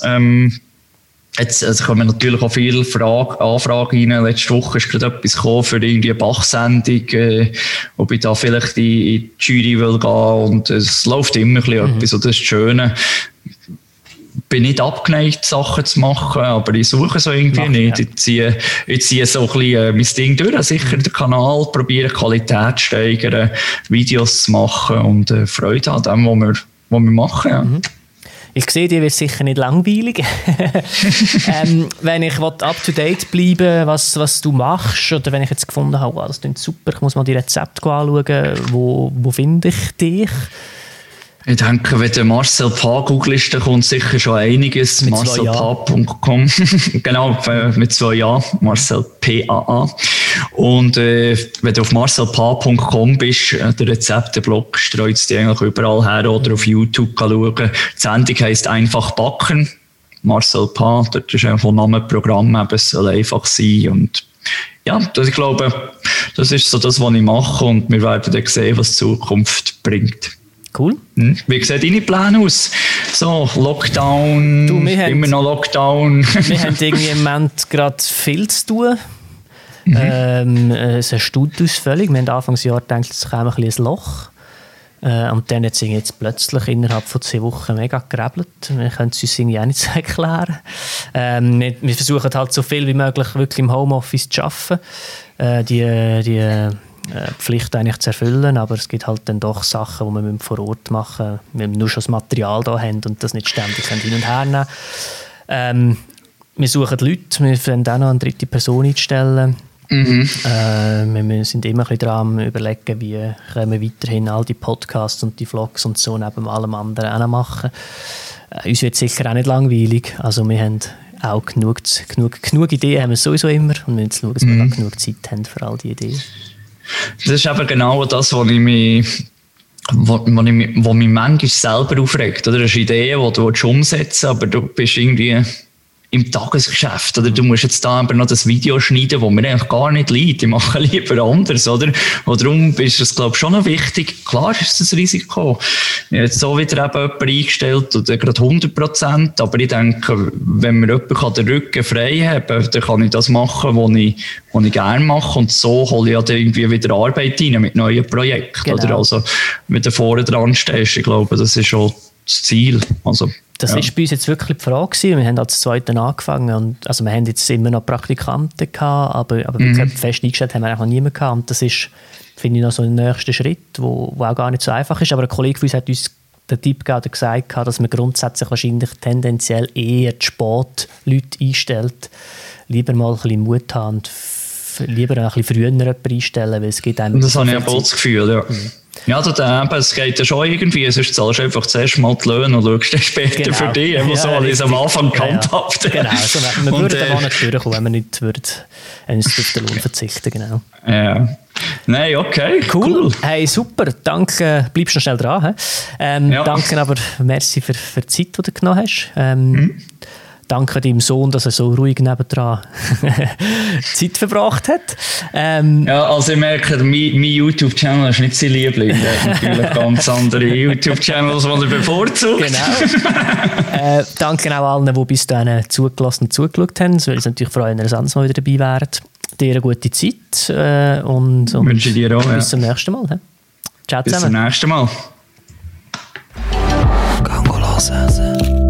Jetzt kommen natürlich auch viele Anfragen rein. Letzte Woche ist gerade etwas gekommen für irgendwie eine Bach-Sendung, ob ich da vielleicht in die Jury will gehen, und es läuft immer ein bisschen etwas, und das ist das Schöne. Ich bin nicht abgeneigt, Sachen zu machen, aber ich suche so irgendwie nicht. Ja. Ich ziehe so ein bisschen mein Ding durch, sicher den Kanal, probiere Qualität zu steigern, Videos zu machen und Freude an dem, was wir machen. Ja. Ich sehe, dir wird sicher nicht langweilig. Wenn ich up-to-date bleiben, was du machst, oder wenn ich jetzt gefunden habe, wow, das klingt super, ich muss mal die Rezepte anschauen, wo finde ich dich? Ich denke, wenn du Marcel Paa googelst, dann kommt sicher schon einiges. marcelpaa.com. Genau, mit 2 A. Marcel P-A-A. Und wenn du auf marcelpaa.com bist, der Rezepteblog streut es dich eigentlich überall her, oder auf YouTube schauen. Die Sendung heisst «Einfach backen». Marcel Paa, dort ist einfach ein Namenprogramm, eben, es soll einfach sein. Und ja, ich glaube, das ist so das, was ich mache, und wir werden dann sehen, was die Zukunft bringt. Cool. Wie sehen deine Pläne aus? So, Lockdown, immer noch Lockdown. Wir haben irgendwie im Moment gerade viel zu tun. Es erstaunt uns völlig. Wir haben Anfangsjahr gedacht, es käme ein bisschen ein Loch. Und dann hat es jetzt plötzlich innerhalb von 2 Wochen mega gerebelt. Wir können es uns irgendwie auch nicht so erklären. Wir versuchen halt so viel wie möglich wirklich im Homeoffice zu arbeiten. Die Pflicht eigentlich zu erfüllen, aber es gibt halt dann doch Sachen, die wir vor Ort machen müssen, wenn wir nur schon das Material da haben und das nicht ständig hin und her nehmen. Wir suchen Leute, wir wollen auch noch eine 3. Person einstellen. Wir sind immer ein bisschen dran am überlegen, wie können wir weiterhin all die Podcasts und die Vlogs und so neben allem anderen auch noch machen. Uns wird sicher auch nicht langweilig, also wir haben auch genug Ideen, haben wir sowieso immer, und wir müssen schauen, dass wir auch genug Zeit haben für all die Ideen. Das ist eben genau das, was mich manchmal selber aufregt. Oder? Das ist Ideen, die du umsetzen willst, aber du bist irgendwie im Tagesgeschäft. Oder du musst jetzt da aber noch das Video schneiden, das mir eigentlich gar nicht liegt. Ich mache lieber anders. Oder? Und darum ist es, glaube ich, schon noch wichtig. Klar ist das ein Risiko. Ich habe jetzt so wieder eben jemanden eingestellt, oder gerade 100%. Aber ich denke, wenn mir jemand den Rücken frei haben kann, dann kann ich das machen, was ich gerne mache. Und so hole ich ja dann irgendwie wieder Arbeit rein mit neuen Projekten. Genau. Oder? Also, wenn du vorne dran stehst, ich glaube, das ist schon das Ziel. Also, das war bei uns jetzt wirklich die Frage gewesen. Wir haben als Zweiten angefangen, und also wir haben jetzt immer noch Praktikanten gehabt, aber wirklich fest eingestellt haben wir noch niemanden gehabt, und das ist, finde ich, noch so ein nächster Schritt, wo auch gar nicht so einfach ist, aber ein Kollege von uns hat uns den Tipp gegeben, gesagt, dass man grundsätzlich wahrscheinlich tendenziell eher die Sportleute einstellt, lieber mal ein bisschen Mut haben und lieber ein bisschen früher jemanden einstellen, weil es gibt einem... Das habe ich auch das Gefühl, ja. Ja, es geht ja schon irgendwie, sonst zahlst du einfach zuerst mal die Löhne und schaust dann später für dich, immer so, wie es am Anfang gehandhabt. Genau, also wir würden da nicht durchkommen, wenn wir nicht auf den Lohn verzichten, genau. Ja. Nein, okay, cool. Hey, super, danke, bleibst noch schnell dran. Danke aber, merci für die Zeit, die du genommen hast. Danke deinem Sohn, dass er so ruhig nebendran Zeit verbracht hat. Ja, also ich merke, mein YouTube-Channel ist nicht sein Liebling. Der hat natürlich ganz andere YouTube-Channels, die er bevorzugt. Genau. Danke auch allen, die bis dahin zugelassen und zugeschaut haben. Es würde uns natürlich freuen, wenn ihr ein anderes Mal wieder dabei wärt. Dir eine gute Zeit und wünsche dir auch. Bis zum nächsten Mal. Ciao zusammen. Bis zum nächsten Mal. Gango hören.